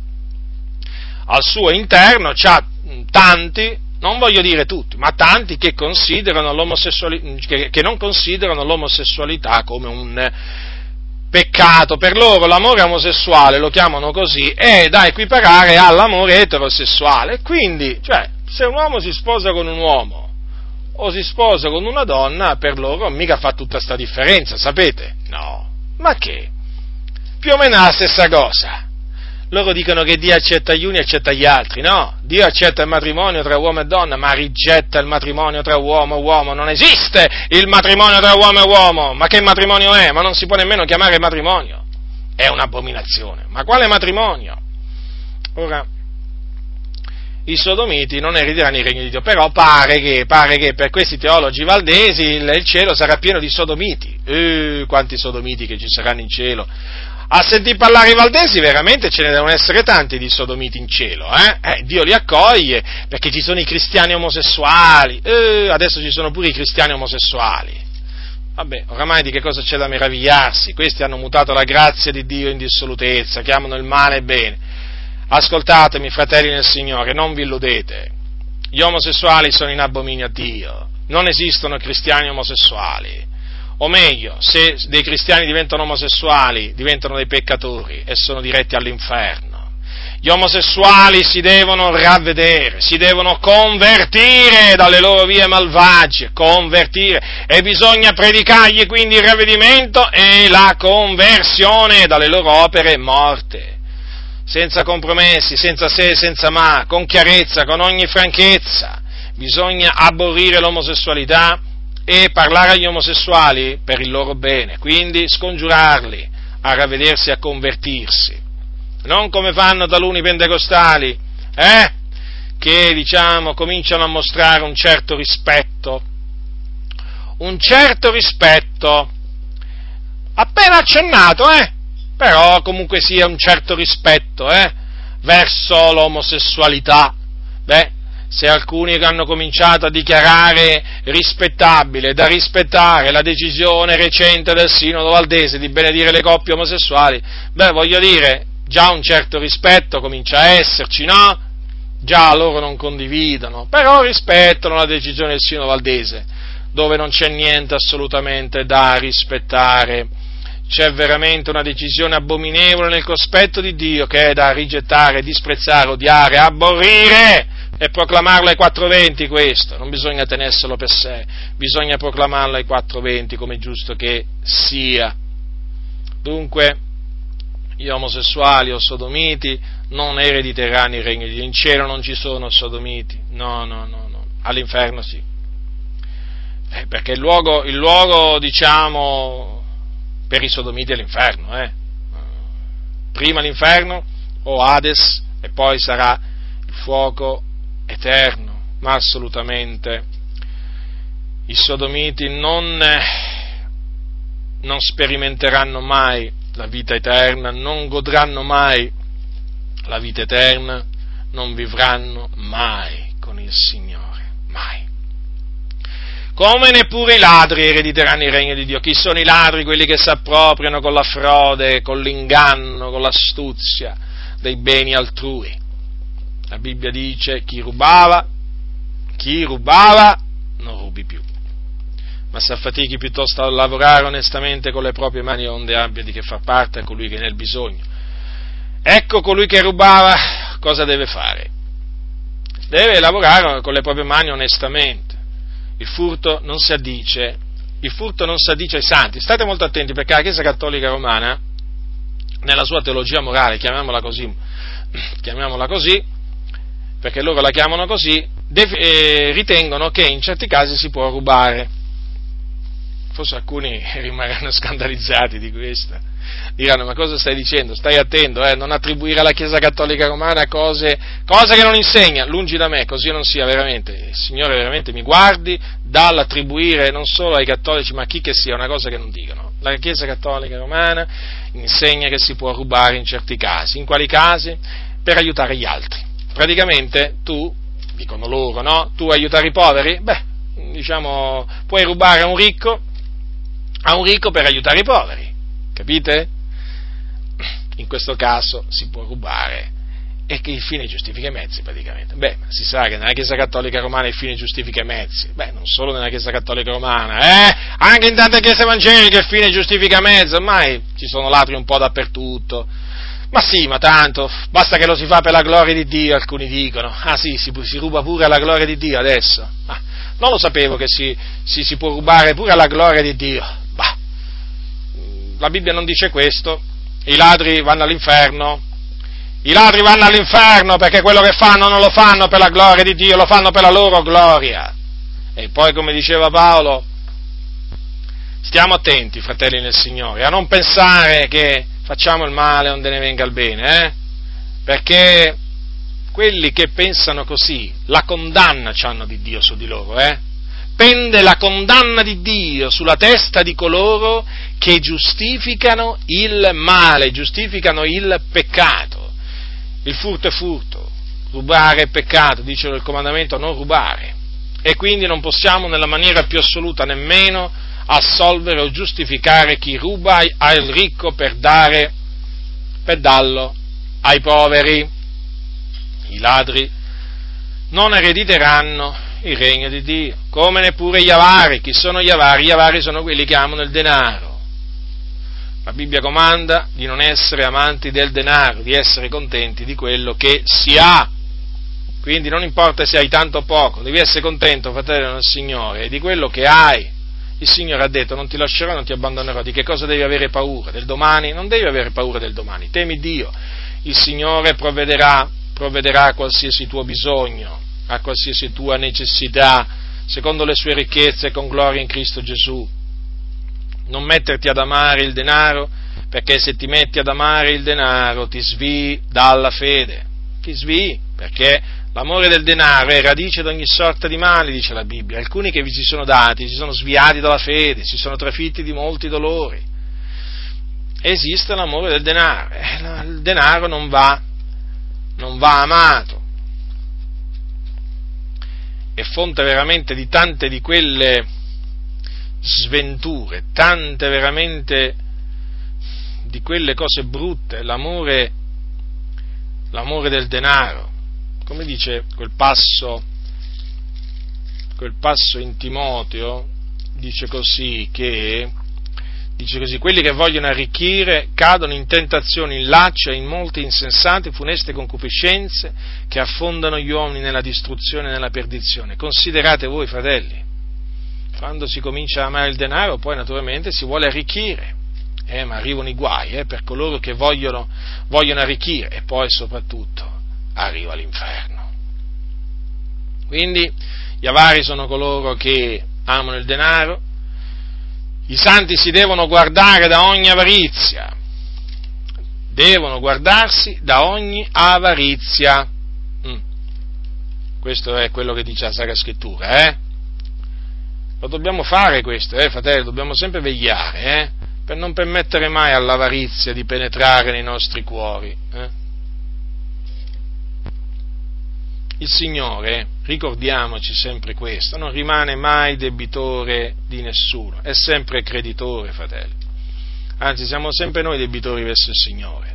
al suo interno c'ha tanti, non voglio dire tutti, ma tanti che considerano l'omosessualità, che, che non considerano l'omosessualità come un peccato. Per loro l'amore omosessuale, lo chiamano così, è da equiparare all'amore eterosessuale. Quindi, cioè, se un uomo si sposa con un uomo o si sposa con una donna, per loro mica fa tutta sta differenza, sapete? No, ma che? Più o meno è la stessa cosa. Loro dicono che Dio accetta gli uni e accetta gli altri. No, Dio accetta il matrimonio tra uomo e donna, ma rigetta il matrimonio tra uomo e uomo. Non esiste il matrimonio tra uomo e uomo. Ma che matrimonio è? Ma non si può nemmeno chiamare matrimonio. È un'abominazione. Ma quale matrimonio? Ora, i sodomiti non erederanno il regno di Dio, però pare che, pare che per questi teologi valdesi il, il cielo sarà pieno di sodomiti. Eh, quanti sodomiti che ci saranno in cielo! A sentir parlare i valdesi veramente ce ne devono essere tanti di sodomiti in cielo, eh? Eh, Dio li accoglie, perché ci sono i cristiani omosessuali, eh, adesso ci sono pure i cristiani omosessuali. Vabbè, oramai di che cosa c'è da meravigliarsi? Questi hanno mutato la grazia di Dio in dissolutezza, chiamano il male bene. Ascoltatemi, fratelli nel Signore, non vi illudete. Gli omosessuali sono in abominio a Dio, non esistono cristiani omosessuali. O meglio, se dei cristiani diventano omosessuali, diventano dei peccatori e sono diretti all'inferno. Gli omosessuali si devono ravvedere, si devono convertire dalle loro vie malvagie, convertire, e bisogna predicargli quindi il ravvedimento e la conversione dalle loro opere morte, senza compromessi, senza se, senza ma, con chiarezza, con ogni franchezza. Bisogna aborrire l'omosessualità e parlare agli omosessuali per il loro bene, quindi scongiurarli a ravvedersi e a convertirsi, non come fanno taluni pentecostali, eh, che diciamo cominciano a mostrare un certo rispetto, un certo rispetto, appena accennato, eh, però comunque sia un certo rispetto, eh, verso l'omosessualità. Beh, se alcuni hanno cominciato a dichiarare rispettabile, da rispettare la decisione recente del Sinodo Valdese di benedire le coppie omosessuali, beh, voglio dire, già un certo rispetto comincia a esserci, no? Già loro non condividono, però rispettano la decisione del Sinodo Valdese, dove non c'è niente assolutamente da rispettare. C'è veramente una decisione abominevole nel cospetto di Dio che è da rigettare, disprezzare, odiare, aborrire. e proclamarlo ai quattro venti questo, non bisogna tenerselo per sé, bisogna proclamarlo ai quattro venti come è giusto che sia. Dunque, gli omosessuali o sodomiti non erediteranno il regno di Dio, in cielo non ci sono sodomiti, no, no, no, no. All'inferno sì, eh, perché il luogo, il luogo, diciamo, per i sodomiti è l'inferno, eh. Prima l'inferno o Hades e poi sarà il fuoco eterno, ma assolutamente i sodomiti non, non sperimenteranno mai la vita eterna, non godranno mai la vita eterna, non vivranno mai con il Signore, mai. Come neppure i ladri erediteranno il regno di Dio. Chi sono i ladri? Quelli che si appropriano con la frode, con l'inganno, con l'astuzia dei beni altrui. La Bibbia dice: chi rubava, chi rubava non rubi più, ma si affatichi piuttosto a lavorare onestamente con le proprie mani, onde abbia di che far parte a colui che è nel bisogno. Ecco, colui che rubava cosa deve fare? Deve lavorare con le proprie mani onestamente. Il furto non si addice, il furto non si addice ai santi. State molto attenti, perché la Chiesa Cattolica Romana, nella sua teologia morale, chiamiamola così, chiamiamola così, perché loro la chiamano così, def- eh, ritengono che in certi casi si può rubare. Forse alcuni rimarranno scandalizzati di questo, diranno: ma cosa stai dicendo? Stai attento, eh, non attribuire alla Chiesa Cattolica Romana cose, cose che non insegna, lungi da me, così non sia veramente. Il Signore veramente mi guardi dall'attribuire non solo ai cattolici, ma a chi che sia, una cosa che non dicono. La Chiesa Cattolica Romana insegna che si può rubare in certi casi. In quali casi? Per aiutare gli altri. Praticamente tu, dicono loro, no? Tu aiutare i poveri? Beh, diciamo, puoi rubare a un ricco, a un ricco per aiutare i poveri, capite? In questo caso si può rubare e che il fine giustifica i mezzi, praticamente. Beh, si sa che nella Chiesa Cattolica Romana il fine giustifica i mezzi. Beh, non solo nella Chiesa Cattolica Romana, eh? Anche in tante chiese evangeliche il fine giustifica i mezzi, ormai ci sono ladri un po' dappertutto. Ma sì, ma tanto, basta che lo si fa per la gloria di Dio, alcuni dicono. Ah sì, si, si ruba pure alla gloria di Dio adesso. Ah, non lo sapevo che si, si, si può rubare pure alla gloria di Dio. Bah, la Bibbia non dice questo. I ladri vanno all'inferno. I ladri vanno all'inferno perché quello che fanno non lo fanno per la gloria di Dio, lo fanno per la loro gloria. E poi, come diceva Paolo, stiamo attenti, fratelli nel Signore, a non pensare che facciamo il male onde ne venga il bene, eh? Perché quelli che pensano così, la condanna c'hanno di Dio su di loro, eh? Pende la condanna di Dio sulla testa di coloro che giustificano il male, giustificano il peccato. Il furto è furto, rubare è peccato, dice il comandamento non rubare, e quindi non possiamo nella maniera più assoluta nemmeno assolvere o giustificare chi ruba al ricco per dare, per darlo ai poveri. I ladri non erediteranno il regno di Dio, come neppure gli avari. Chi sono gli avari? Gli avari sono quelli che amano il denaro. La Bibbia comanda di non essere amanti del denaro, di essere contenti di quello che si ha. Quindi non importa se hai tanto o poco, devi essere contento, fratello del Signore, di quello che hai. Il Signore ha detto: non ti lascerò, non ti abbandonerò. Di che cosa devi avere paura? Del domani? Non devi avere paura del domani, temi Dio. Il Signore provvederà, provvederà a qualsiasi tuo bisogno, a qualsiasi tua necessità, secondo le sue ricchezze con gloria in Cristo Gesù. Non metterti ad amare il denaro, perché se ti metti ad amare il denaro ti svii dalla fede, ti svii, perché l'amore del denaro è radice di ogni sorta di male, dice la Bibbia. Alcuni che vi si sono dati si sono sviati dalla fede, si sono trafitti di molti dolori. Esiste l'amore del denaro, eh, il denaro non va, non va amato, è fonte veramente di tante di quelle sventure, tante veramente di quelle cose brutte, l'amore, l'amore del denaro. Come dice quel passo, quel passo in Timoteo, dice così che Dice così: quelli che vogliono arricchire cadono in tentazioni, in lacci e in molte insensate, funeste concupiscenze che affondano gli uomini nella distruzione e nella perdizione. Considerate voi, fratelli, quando si comincia a amare il denaro, poi naturalmente si vuole arricchire, eh, ma arrivano i guai eh, per coloro che vogliono, vogliono arricchire, e poi soprattutto arriva l'inferno. Quindi gli avari sono coloro che amano il denaro. I santi si devono guardare da ogni avarizia, devono guardarsi da ogni avarizia. Mm. Questo è quello che dice la Sacra Scrittura, eh? Lo dobbiamo fare questo, eh, fratelli, dobbiamo sempre vegliare, eh? Per non permettere mai all'avarizia di penetrare nei nostri cuori, eh? Il Signore, ricordiamoci sempre questo, non rimane mai debitore di nessuno, è sempre creditore, fratelli. Anzi, siamo sempre noi debitori verso il Signore.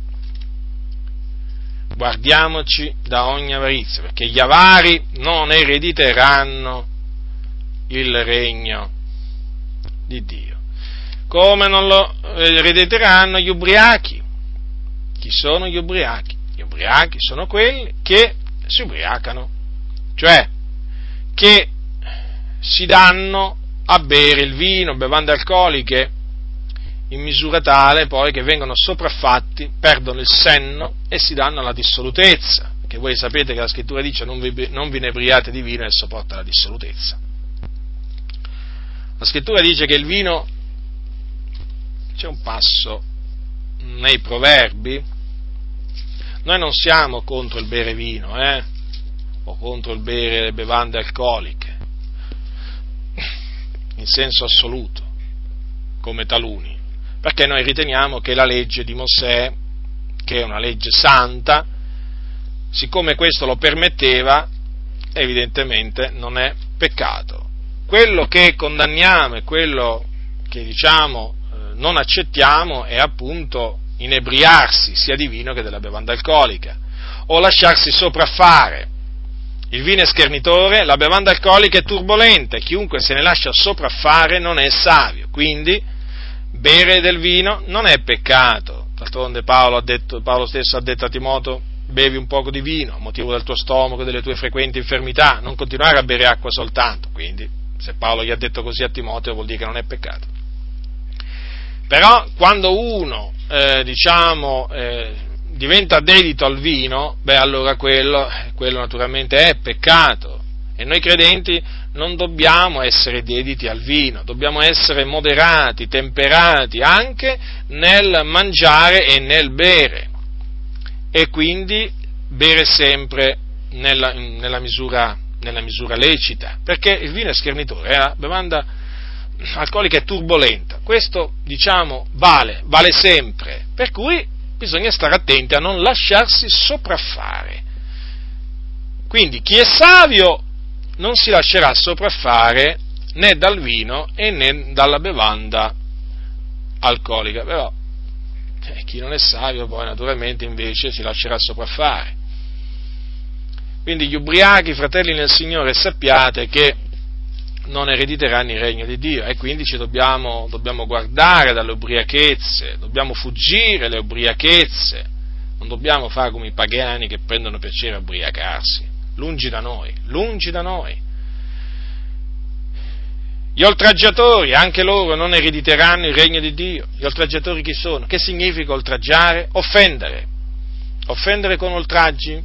Guardiamoci da ogni avarizia, perché gli avari non erediteranno il regno di Dio. Come non lo erediteranno gli ubriachi? Chi sono gli ubriachi? Gli ubriachi sono quelli che si ubriacano, cioè che si danno a bere il vino, bevande alcoliche, in misura tale poi che vengono sopraffatti, perdono il senno e si danno alla dissolutezza, perché voi sapete che la Scrittura dice: non vi, non vi inebriate di vino, e esso porta alla dissolutezza. La Scrittura dice che il vino, c'è un passo nei Proverbi. Noi non siamo contro il bere vino, eh? O contro il bere le bevande alcoliche, in senso assoluto, come taluni, perché noi riteniamo che la legge di Mosè, che è una legge santa, siccome questo lo permetteva, evidentemente non è peccato. Quello che condanniamo e quello che, diciamo, non accettiamo è appunto inebriarsi sia di vino che della bevanda alcolica, o lasciarsi sopraffare. Il vino è schernitore, la bevanda alcolica è turbolenta, e chiunque se ne lascia sopraffare non è savio. Quindi bere del vino non è peccato. D'altronde Paolo, ha detto, Paolo stesso ha detto a Timoteo: bevi un poco di vino a motivo del tuo stomaco e delle tue frequenti infermità, non continuare a bere acqua soltanto. Quindi se Paolo gli ha detto così a Timoteo, vuol dire che non è peccato. Però quando uno Eh, diciamo, eh, diventa dedito al vino, beh, allora quello, quello naturalmente è peccato, e noi credenti non dobbiamo essere dediti al vino, dobbiamo essere moderati, temperati anche nel mangiare e nel bere, e quindi bere sempre nella, nella misura, nella misura lecita, perché il vino è schernitore, è la bevanda alcolica è turbolenta, questo, diciamo, vale, vale sempre, per cui bisogna stare attenti a non lasciarsi sopraffare. Quindi chi è savio non si lascerà sopraffare né dal vino e né dalla bevanda alcolica, però eh, chi non è savio poi naturalmente invece si lascerà sopraffare. Quindi gli ubriachi, fratelli nel Signore, sappiate che non erediteranno il regno di Dio, e quindi ci dobbiamo, dobbiamo guardare dalle ubriachezze, dobbiamo fuggire le ubriachezze, non dobbiamo fare come i pagani che prendono piacere a ubriacarsi, lungi da noi, lungi da noi. Gli oltraggiatori, anche loro non erediteranno il regno di Dio. Gli oltraggiatori chi sono? Che significa oltraggiare? Offendere, offendere con oltraggi.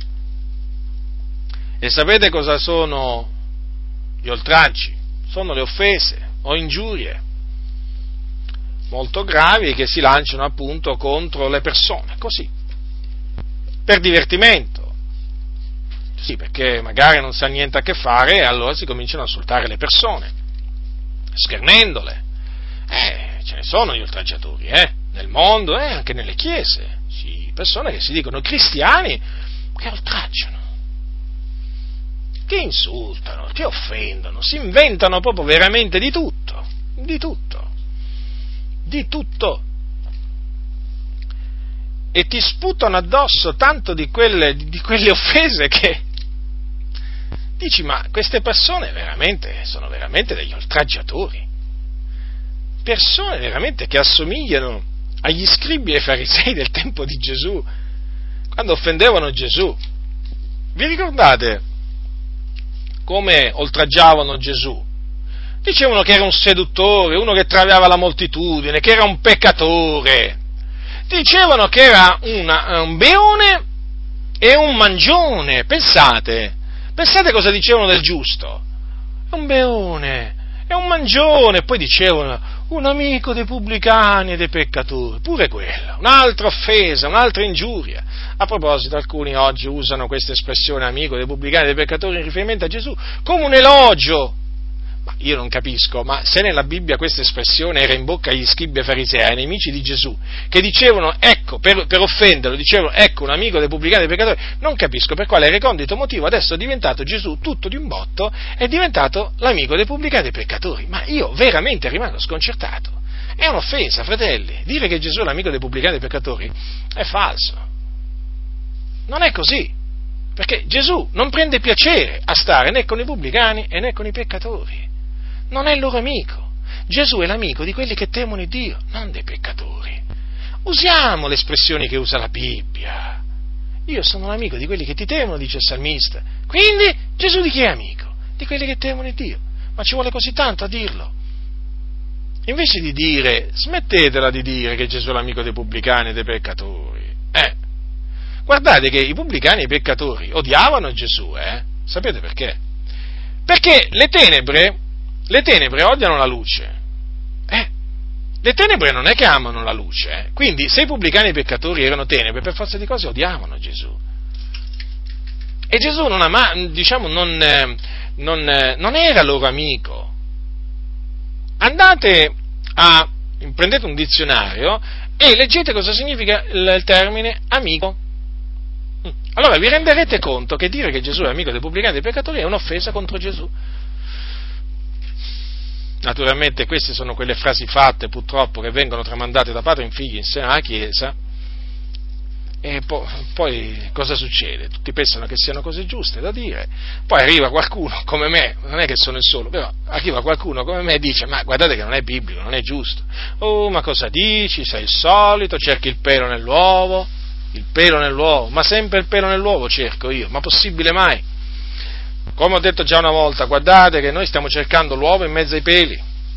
E sapete cosa sono gli oltraggi? Sono le offese o ingiurie molto gravi che si lanciano appunto contro le persone, così, per divertimento, sì, perché magari non sa niente a che fare e allora si cominciano a insultare le persone, schernendole. Eh, ce ne sono gli oltraggiatori, eh, nel mondo e eh, anche nelle chiese, sì, persone che si dicono cristiani che oltraggiano, che insultano, che offendono, si inventano proprio veramente di tutto, di tutto, di tutto, e ti sputano addosso tanto di quelle, di quelle offese che dici: ma queste persone veramente sono veramente degli oltraggiatori, persone veramente che assomigliano agli scribi e ai farisei del tempo di Gesù, quando offendevano Gesù. Vi ricordate come oltraggiavano Gesù? Dicevano che era un seduttore, uno che traviava la moltitudine, che era un peccatore. Dicevano che era una, un beone e un mangione. Pensate, pensate cosa dicevano del giusto. È un beone, è un mangione. Poi dicevano un amico dei pubblicani e dei peccatori. Pure quella, un'altra offesa, un'altra ingiuria. A proposito, alcuni oggi usano questa espressione amico dei pubblicani e dei peccatori in riferimento a Gesù come un elogio. Ma io non capisco, ma se nella Bibbia questa espressione era in bocca agli scribi e farisei, ai nemici di Gesù, che dicevano, ecco, per, per offenderlo, dicevano, ecco, un amico dei pubblicani e dei peccatori, non capisco per quale recondito motivo adesso è diventato Gesù tutto di un botto, è diventato l'amico dei pubblicani e dei peccatori. Ma io veramente rimango sconcertato. È un'offesa, fratelli. Dire che Gesù è l'amico dei pubblicani e dei peccatori è falso. Non è così. Perché Gesù non prende piacere a stare né con i pubblicani e né con i peccatori. Non è il loro amico. Gesù è l'amico di quelli che temono Dio, non dei peccatori. Usiamo le espressioni che usa la Bibbia. Io sono l'amico di quelli che ti temono, dice il salmista. Quindi Gesù di chi è amico? Di quelli che temono Dio. Ma ci vuole così tanto a dirlo. Invece di dire, smettetela di dire che Gesù è l'amico dei pubblicani e dei peccatori. Eh, guardate che i pubblicani e i peccatori odiavano Gesù, eh? Sapete perché? Perché le tenebre Le tenebre odiano la luce, eh? Le tenebre non è che amano la luce, eh? Quindi se i pubblicani e i peccatori erano tenebre, per forza di cose odiavano Gesù. E Gesù non, ama, diciamo, non, non, non era loro amico. Andate a, prendete un dizionario e leggete cosa significa il termine amico. Allora vi renderete conto che dire che Gesù è amico dei pubblicani e dei peccatori è un'offesa contro Gesù. Naturalmente queste sono quelle frasi fatte purtroppo che vengono tramandate da padre in figlio in seno alla Chiesa e po- poi cosa succede? Tutti pensano che siano cose giuste da dire, poi arriva qualcuno come me, non è che sono il solo, però arriva qualcuno come me e dice ma guardate che non è biblico, non è giusto. Oh, ma cosa dici? Sei il solito, cerchi il pelo nell'uovo, il pelo nell'uovo, ma sempre il pelo nell'uovo cerco io, ma possibile mai? Come ho detto già una volta, guardate che noi stiamo cercando l'uovo in mezzo ai peli.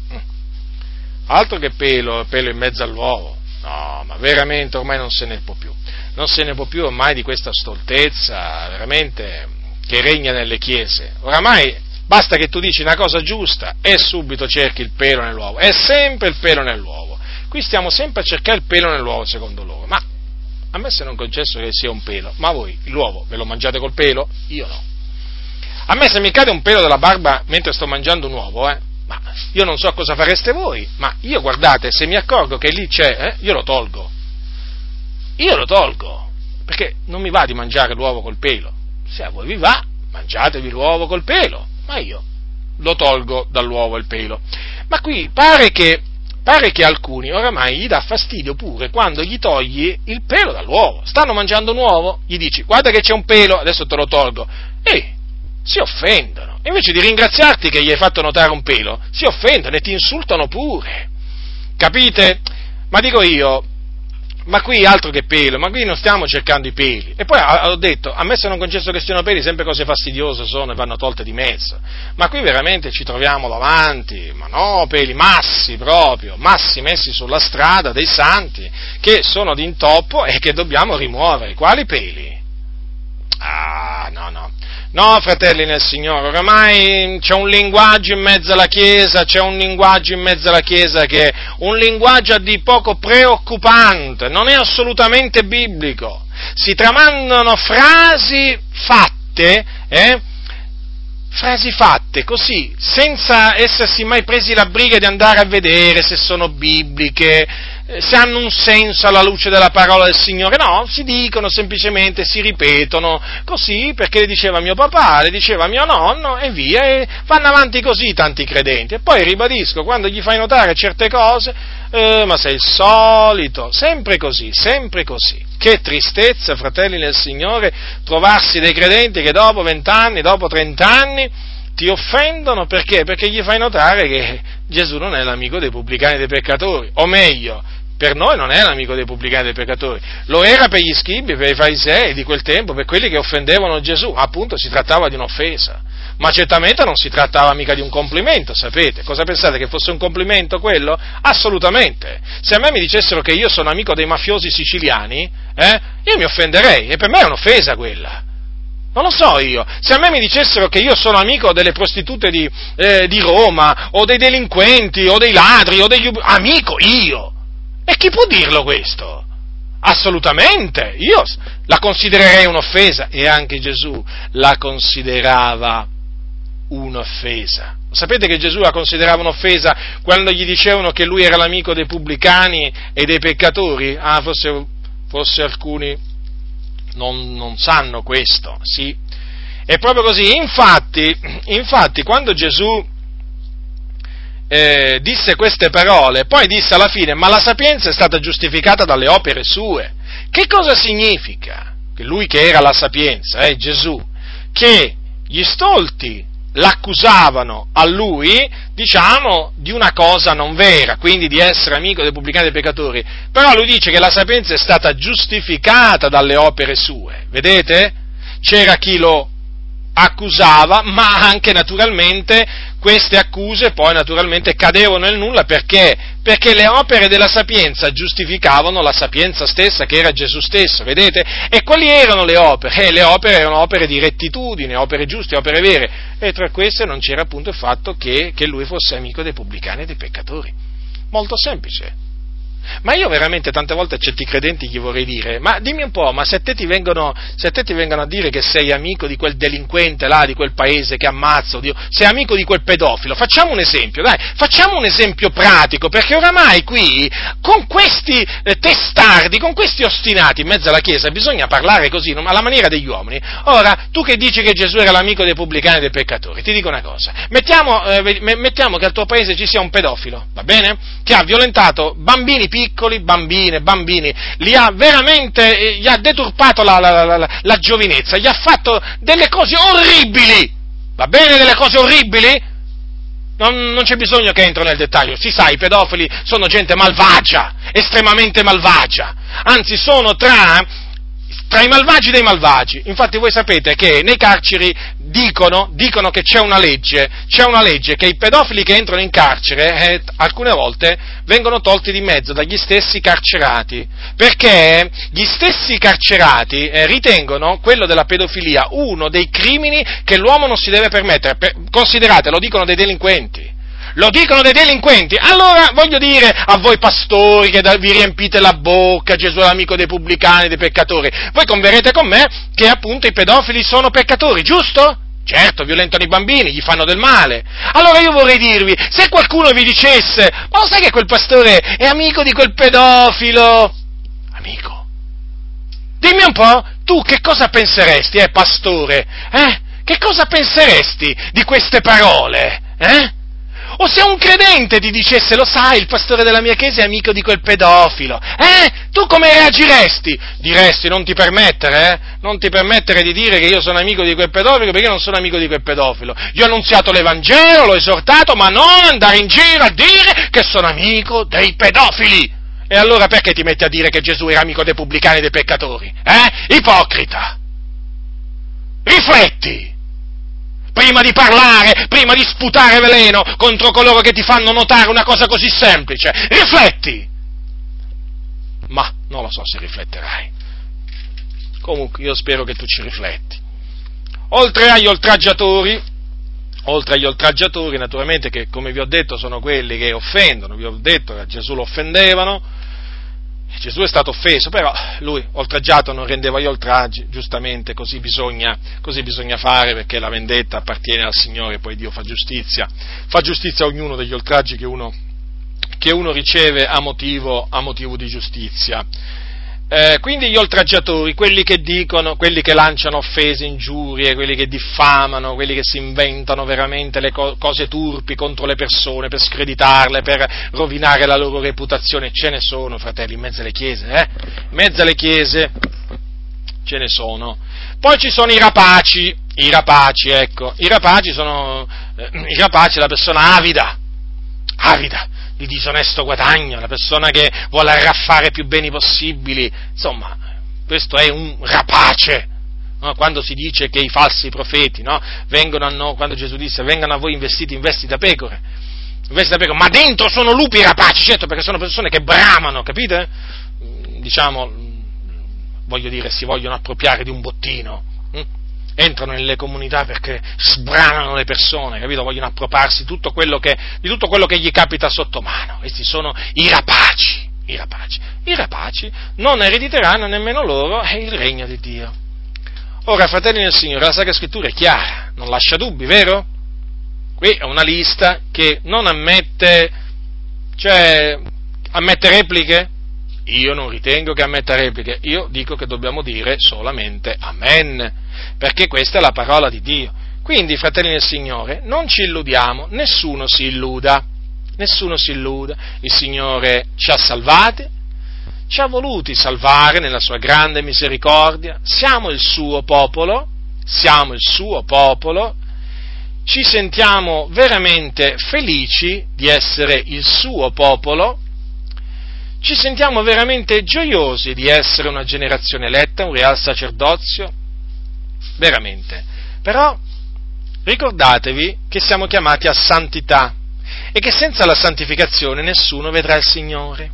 Altro che pelo, pelo in mezzo all'uovo. No, ma veramente ormai non se ne può più. Non se ne può più ormai di questa stoltezza, veramente, che regna nelle chiese. Oramai basta che tu dici una cosa giusta e subito cerchi il pelo nell'uovo. È sempre il pelo nell'uovo. Qui stiamo sempre a cercare il pelo nell'uovo, secondo loro. Ma a me se non concesso che sia un pelo. Ma voi l'uovo ve lo mangiate col pelo? Io no. A me se mi cade un pelo dalla barba mentre sto mangiando un uovo, eh, ma io non so cosa fareste voi, ma io guardate, se mi accorgo che lì c'è, eh, io lo tolgo. Io lo tolgo, perché non mi va di mangiare l'uovo col pelo. Se a voi vi va, mangiatevi l'uovo col pelo, ma io lo tolgo dall'uovo il pelo. Ma qui pare che, pare che alcuni oramai gli dà fastidio pure quando gli togli il pelo dall'uovo. Stanno mangiando un uovo, gli dici guarda che c'è un pelo, adesso te lo tolgo. Ehi! Si offendono, invece di ringraziarti che gli hai fatto notare un pelo, si offendono e ti insultano pure, capite? Ma dico io, ma qui altro che pelo, ma qui non stiamo cercando i peli, e poi ho detto, a me se non concesso che stiano peli, sempre cose fastidiose sono e vanno tolte di mezzo, ma qui veramente ci troviamo davanti, ma no, peli, massi proprio, massi messi sulla strada dei santi, che sono d'intoppo e che dobbiamo rimuovere, quali peli? Ah, no, no. No, fratelli nel Signore, oramai c'è un linguaggio in mezzo alla Chiesa, c'è un linguaggio in mezzo alla Chiesa che è un linguaggio a dir poco preoccupante, non è assolutamente biblico. Si tramandano frasi fatte, eh? Frasi fatte così, senza essersi mai presi la briga di andare a vedere se sono bibliche, se hanno un senso alla luce della parola del Signore. No, si dicono semplicemente, si ripetono così perché le diceva mio papà, le diceva mio nonno e via, e vanno avanti così tanti credenti. E poi ribadisco, quando gli fai notare certe cose, eh, ma sei il solito, sempre così, sempre così. Che tristezza, fratelli nel Signore, trovarsi dei credenti che dopo vent'anni, dopo trent'anni, ti offendono perché? Perché gli fai notare che Gesù non è l'amico dei pubblicani e dei peccatori, o meglio, per noi non è l'amico dei pubblicani e dei peccatori, lo era per gli scribi, per i farisei di quel tempo, per quelli che offendevano Gesù, appunto si trattava di un'offesa, ma certamente non si trattava mica di un complimento, sapete? Cosa pensate, che fosse un complimento quello? Assolutamente, se a me mi dicessero che io sono amico dei mafiosi siciliani, eh, io mi offenderei, e per me è un'offesa quella. Non lo so io, se a me mi dicessero che io sono amico delle prostitute di, eh, di Roma, o dei delinquenti, o dei ladri, o degli... amico io! E chi può dirlo questo? Assolutamente, io la considererei un'offesa, e anche Gesù la considerava un'offesa. Sapete che Gesù la considerava un'offesa quando gli dicevano che lui era l'amico dei pubblicani e dei peccatori? Ah, forse, forse alcuni non, non sanno questo, sì. È proprio così, infatti, infatti quando Gesù Eh, disse queste parole, poi disse alla fine: ma la sapienza è stata giustificata dalle opere sue. Che cosa significa? Che lui che era la sapienza, eh, Gesù, che gli stolti l'accusavano a lui, diciamo, di una cosa non vera, quindi di essere amico dei pubblicani e dei peccatori, però lui dice che la sapienza è stata giustificata dalle opere sue, vedete? C'era chi lo accusava, ma anche naturalmente queste accuse poi naturalmente cadevano nel nulla, perché? Perché le opere della sapienza giustificavano la sapienza stessa, che era Gesù stesso, vedete? E quali erano le opere? Eh, le opere erano opere di rettitudine, opere giuste, opere vere, e tra queste non c'era appunto il fatto che, che lui fosse amico dei pubblicani e dei peccatori. Molto semplice. Ma io veramente tante volte a certi credenti gli vorrei dire: ma dimmi un po', ma se a te ti vengono, se a te ti vengono a dire che sei amico di quel delinquente là, di quel paese che ammazza, oddio, sei amico di quel pedofilo, facciamo un esempio, dai, facciamo un esempio pratico, perché oramai qui, con questi eh, testardi, con questi ostinati in mezzo alla Chiesa, bisogna parlare così, alla maniera degli uomini. Ora, tu che dici che Gesù era l'amico dei pubblicani e dei peccatori, ti dico una cosa, mettiamo, eh, mettiamo che al tuo paese ci sia un pedofilo, va bene? Che ha violentato bambini piccoli, bambine, bambini, li ha veramente, eh, gli ha deturpato la, la, la, la giovinezza, gli ha fatto delle cose orribili, va bene, delle cose orribili? Non, non c'è bisogno che entro nel dettaglio, si sa, i pedofili sono gente malvagia, estremamente malvagia, anzi sono tra... tra i malvagi dei malvagi. Infatti voi sapete che nei carceri dicono, dicono che c'è una legge, c'è una legge che i pedofili che entrano in carcere eh, alcune volte vengono tolti di mezzo dagli stessi carcerati, perché gli stessi carcerati eh, ritengono quello della pedofilia uno dei crimini che l'uomo non si deve permettere. Per, considerate, lo dicono dei delinquenti. Lo dicono dei delinquenti. Allora, voglio dire a voi pastori che vi riempite la bocca, Gesù è l'amico dei pubblicani, dei peccatori, voi converrete con me che appunto i pedofili sono peccatori, giusto? Certo, violentano i bambini, gli fanno del male. Allora io vorrei dirvi, se qualcuno vi dicesse: ma lo sai che quel pastore è amico di quel pedofilo? Amico. Dimmi un po', tu che cosa penseresti, eh, pastore? Eh? Che cosa penseresti di queste parole? Eh? O se un credente ti dicesse: lo sai, il pastore della mia chiesa è amico di quel pedofilo, eh? Tu come reagiresti? Diresti: non ti permettere, eh? Non ti permettere di dire che io sono amico di quel pedofilo, perché io non sono amico di quel pedofilo. Io ho annunziato l'Evangelo, l'ho esortato, ma non andare in giro a dire che sono amico dei pedofili. E allora perché ti metti a dire che Gesù era amico dei pubblicani e dei peccatori? Eh? Ipocrita! Rifletti! Prima di parlare, prima di sputare veleno contro coloro che ti fanno notare una cosa così semplice, rifletti! Ma non lo so se rifletterai. Comunque io spero che tu ci rifletti. Oltre agli oltraggiatori, oltre agli oltraggiatori naturalmente, che come vi ho detto sono quelli che offendono, vi ho detto che a Gesù lo offendevano, Gesù è stato offeso, però lui oltraggiato non rendeva gli oltraggi, giustamente così bisogna, così bisogna fare, perché la vendetta appartiene al Signore, poi Dio fa giustizia, fa giustizia a ognuno degli oltraggi che uno, che uno riceve a motivo, a motivo di giustizia. Eh, quindi gli oltraggiatori, quelli che dicono, quelli che lanciano offese, ingiurie, quelli che diffamano, quelli che si inventano veramente le co- cose turpi contro le persone per screditarle, per rovinare la loro reputazione, ce ne sono, fratelli, in mezzo alle chiese, eh? In mezzo alle chiese ce ne sono. Poi ci sono i rapaci, I rapaci, ecco, i rapaci sono, eh, i rapaci è la persona avida, avida di disonesto guadagno, la persona che vuole arraffare più beni possibili, insomma, questo è un rapace. No? Quando si dice che i falsi profeti, no? vengono a noi, quando Gesù disse vengono a voi investiti in vesti da pecore, vesti da pecore, ma dentro sono lupi rapaci, certo, perché sono persone che bramano, capite? Diciamo, voglio dire, si vogliono appropriare di un bottino, hm? entrano nelle comunità perché sbranano le persone, capito? Vogliono appropriarsi tutto quello che, di tutto quello che gli capita sotto mano. Questi sono i rapaci, i rapaci. I rapaci non erediteranno nemmeno loro il regno di Dio. Ora, fratelli nel Signore, la Sacra Scrittura è chiara, non lascia dubbi, vero? Qui è una lista che non ammette, cioè, ammette repliche? Io non ritengo che ammetta repliche, io dico che dobbiamo dire solamente amen, perché questa è la parola di Dio. Quindi, fratelli nel Signore, non ci illudiamo, nessuno si illuda, nessuno si illuda, il Signore ci ha salvati, ci ha voluti salvare nella sua grande misericordia, siamo il suo popolo, siamo il suo popolo, ci sentiamo veramente felici di essere il suo popolo, ci sentiamo veramente gioiosi di essere una generazione eletta, un real sacerdozio, veramente. Però ricordatevi che siamo chiamati a santità e che senza la santificazione nessuno vedrà il Signore.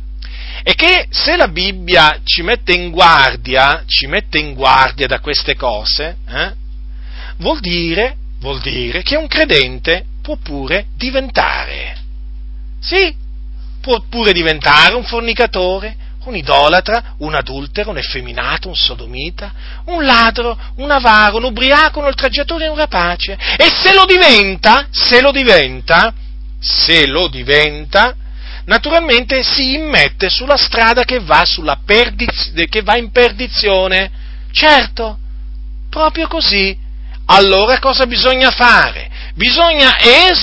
E che se la Bibbia ci mette in guardia, ci mette in guardia da queste cose, eh, vuol dire, vuol dire che un credente può pure diventare. Sì, può pure diventare un fornicatore, un idolatra, un adultero, un effeminato, un sodomita, un ladro, un avaro, un ubriaco, un oltraggiatore e un rapace. E se lo diventa, se lo diventa, se lo diventa, naturalmente si immette sulla strada che va, sulla perdiz- che va in perdizione. Certo, proprio così. Allora cosa bisogna fare? Bisogna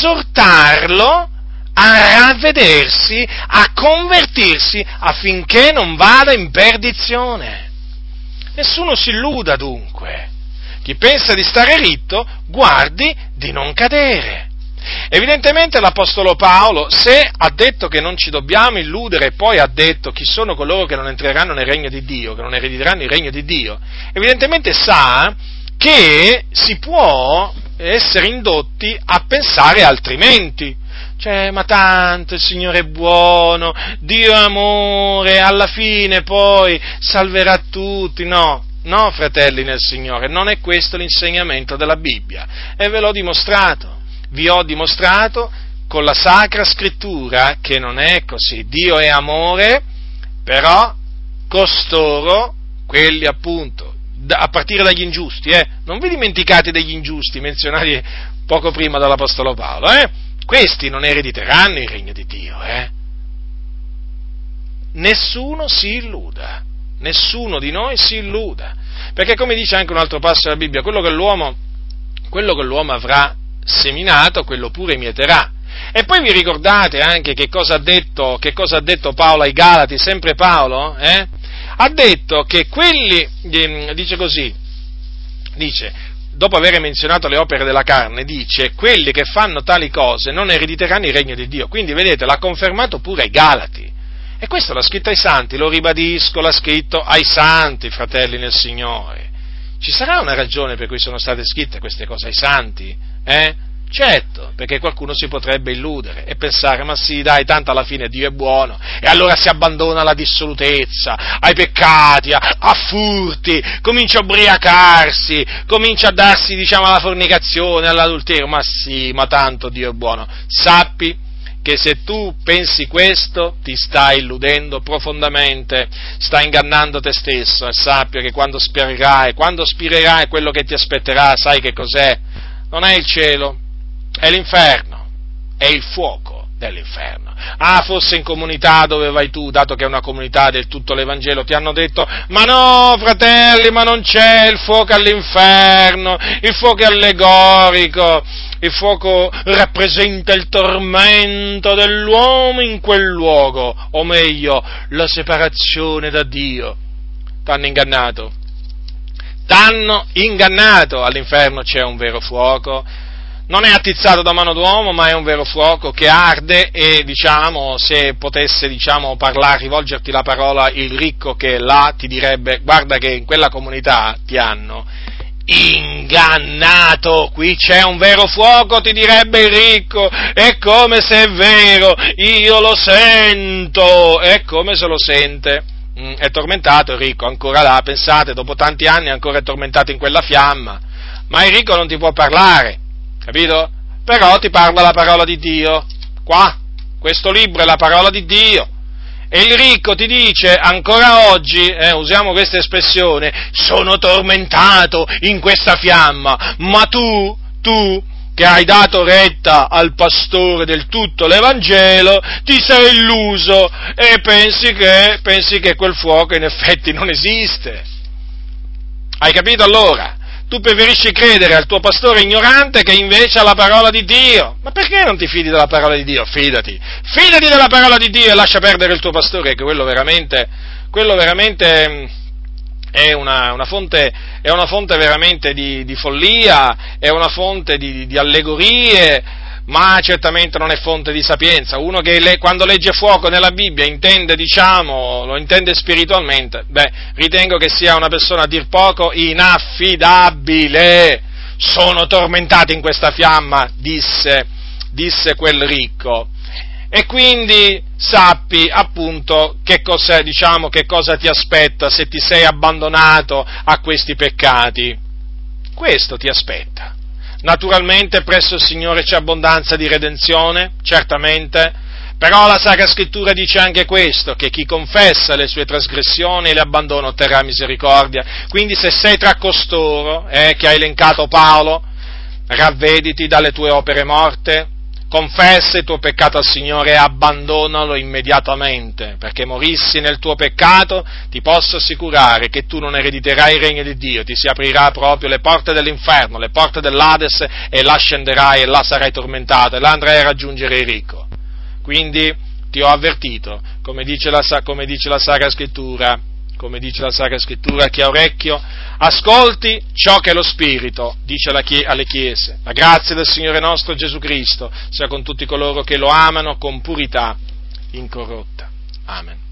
esortarlo a ravvedersi, a convertirsi, affinché non vada in perdizione. Nessuno si illuda dunque. Chi pensa di stare ritto, guardi di non cadere. Evidentemente l'Apostolo Paolo, se ha detto che non ci dobbiamo illudere e poi ha detto chi sono coloro che non entreranno nel regno di Dio, che non erediteranno il regno di Dio, evidentemente sa che si può essere indotti a pensare altrimenti. Cioè, ma tanto il Signore è buono, Dio è amore, alla fine poi salverà tutti. No, no, fratelli nel Signore, non è questo l'insegnamento della Bibbia, e ve l'ho dimostrato. Vi ho dimostrato con la Sacra Scrittura che non è così. Dio è amore, però costoro, quelli appunto, a partire dagli ingiusti, eh, non vi dimenticate degli ingiusti menzionati poco prima dall'Apostolo Paolo, eh, questi non erediteranno il regno di Dio, eh. Nessuno si illuda, nessuno di noi si illuda, perché come dice anche un altro passo della Bibbia, quello che l'uomo, quello che l'uomo avrà seminato, quello pure mieterà. E poi vi ricordate anche che cosa ha detto, che cosa ha detto Paolo ai Galati, sempre Paolo, eh? Ha detto che quelli, dice così, dice, dopo aver menzionato le opere della carne, dice, quelli che fanno tali cose non erediteranno il regno di Dio. Quindi, vedete, l'ha confermato pure ai Galati. E questo l'ha scritto ai santi, lo ribadisco, l'ha scritto ai santi, fratelli nel Signore. Ci sarà una ragione per cui sono state scritte queste cose ai santi? Eh? Certo, perché qualcuno si potrebbe illudere e pensare, ma sì, dai, tanto alla fine Dio è buono, e allora si abbandona alla dissolutezza, ai peccati, a, a furti, comincia a ubriacarsi, comincia a darsi, diciamo, alla fornicazione, all'adulterio. Ma sì, ma tanto Dio è buono. Sappi che se tu pensi questo, ti stai illudendo profondamente, stai ingannando te stesso, e sappia che quando spirerai, quando spirerai quello che ti aspetterà, sai che cos'è? Non è il cielo, è l'inferno, è il fuoco dell'inferno. Ah, forse in comunità dove vai tu, dato che è una comunità del tutto l'Evangelo, ti hanno detto, ma no, fratelli, ma non c'è il fuoco all'inferno, il fuoco è allegorico, il fuoco rappresenta il tormento dell'uomo in quel luogo, o meglio, la separazione da Dio. T'hanno ingannato. t'hanno ingannato. All'inferno c'è un vero fuoco, non è attizzato da mano d'uomo, ma è un vero fuoco che arde e, diciamo, se potesse, diciamo, parlare, rivolgerti la parola il ricco che è là, ti direbbe: guarda che in quella comunità ti hanno ingannato, qui c'è un vero fuoco, ti direbbe il ricco, è come se è vero, io lo sento, è come se lo sente. Mm, è tormentato il ricco, ancora là, pensate, dopo tanti anni ancora è tormentato in quella fiamma, ma il ricco non ti può parlare, capito? Però ti parla la parola di Dio, qua, questo libro è la parola di Dio. E il ricco ti dice, ancora oggi, eh, usiamo questa espressione, sono tormentato in questa fiamma, ma tu, tu, che hai dato retta al pastore del tutto l'Evangelo, ti sei illuso e pensi che, pensi che quel fuoco in effetti non esiste. Hai capito allora? Tu preferisci credere al tuo pastore ignorante che invece alla parola di Dio. Ma perché non ti fidi della parola di Dio? Fidati, fidati della parola di Dio e lascia perdere il tuo pastore, che quello veramente, quello veramente è una, una fonte, è una fonte veramente di, di follia, è una fonte di, di allegorie, ma certamente non è fonte di sapienza. Uno che le, quando legge fuoco nella Bibbia intende, diciamo, lo intende spiritualmente, beh, ritengo che sia una persona a dir poco inaffidabile. Sono tormentati in questa fiamma, disse, disse quel ricco. E quindi sappi appunto che cos'è, diciamo, che cosa ti aspetta se ti sei abbandonato a questi peccati. Questo ti aspetta. Naturalmente presso il Signore c'è abbondanza di redenzione, certamente, però la Sacra Scrittura dice anche questo, che chi confessa le sue trasgressioni e le abbandona otterrà misericordia. Quindi se sei tra costoro, eh, che ha elencato Paolo, ravvediti dalle tue opere morte, confessa il tuo peccato al Signore e abbandonalo immediatamente, perché morissi nel tuo peccato, ti posso assicurare che tu non erediterai il regno di Dio, ti si aprirà proprio le porte dell'inferno, le porte dell'Ades, e là scenderai e là sarai tormentato e là andrai a raggiungere il ricco. Quindi ti ho avvertito, come dice la, come dice la Sacra Scrittura, come dice la Sacra Scrittura, chi ha orecchio ascolti ciò che lo Spirito dice alle chiese. La grazia del Signore nostro Gesù Cristo sia con tutti coloro che lo amano con purità incorrotta. Amen.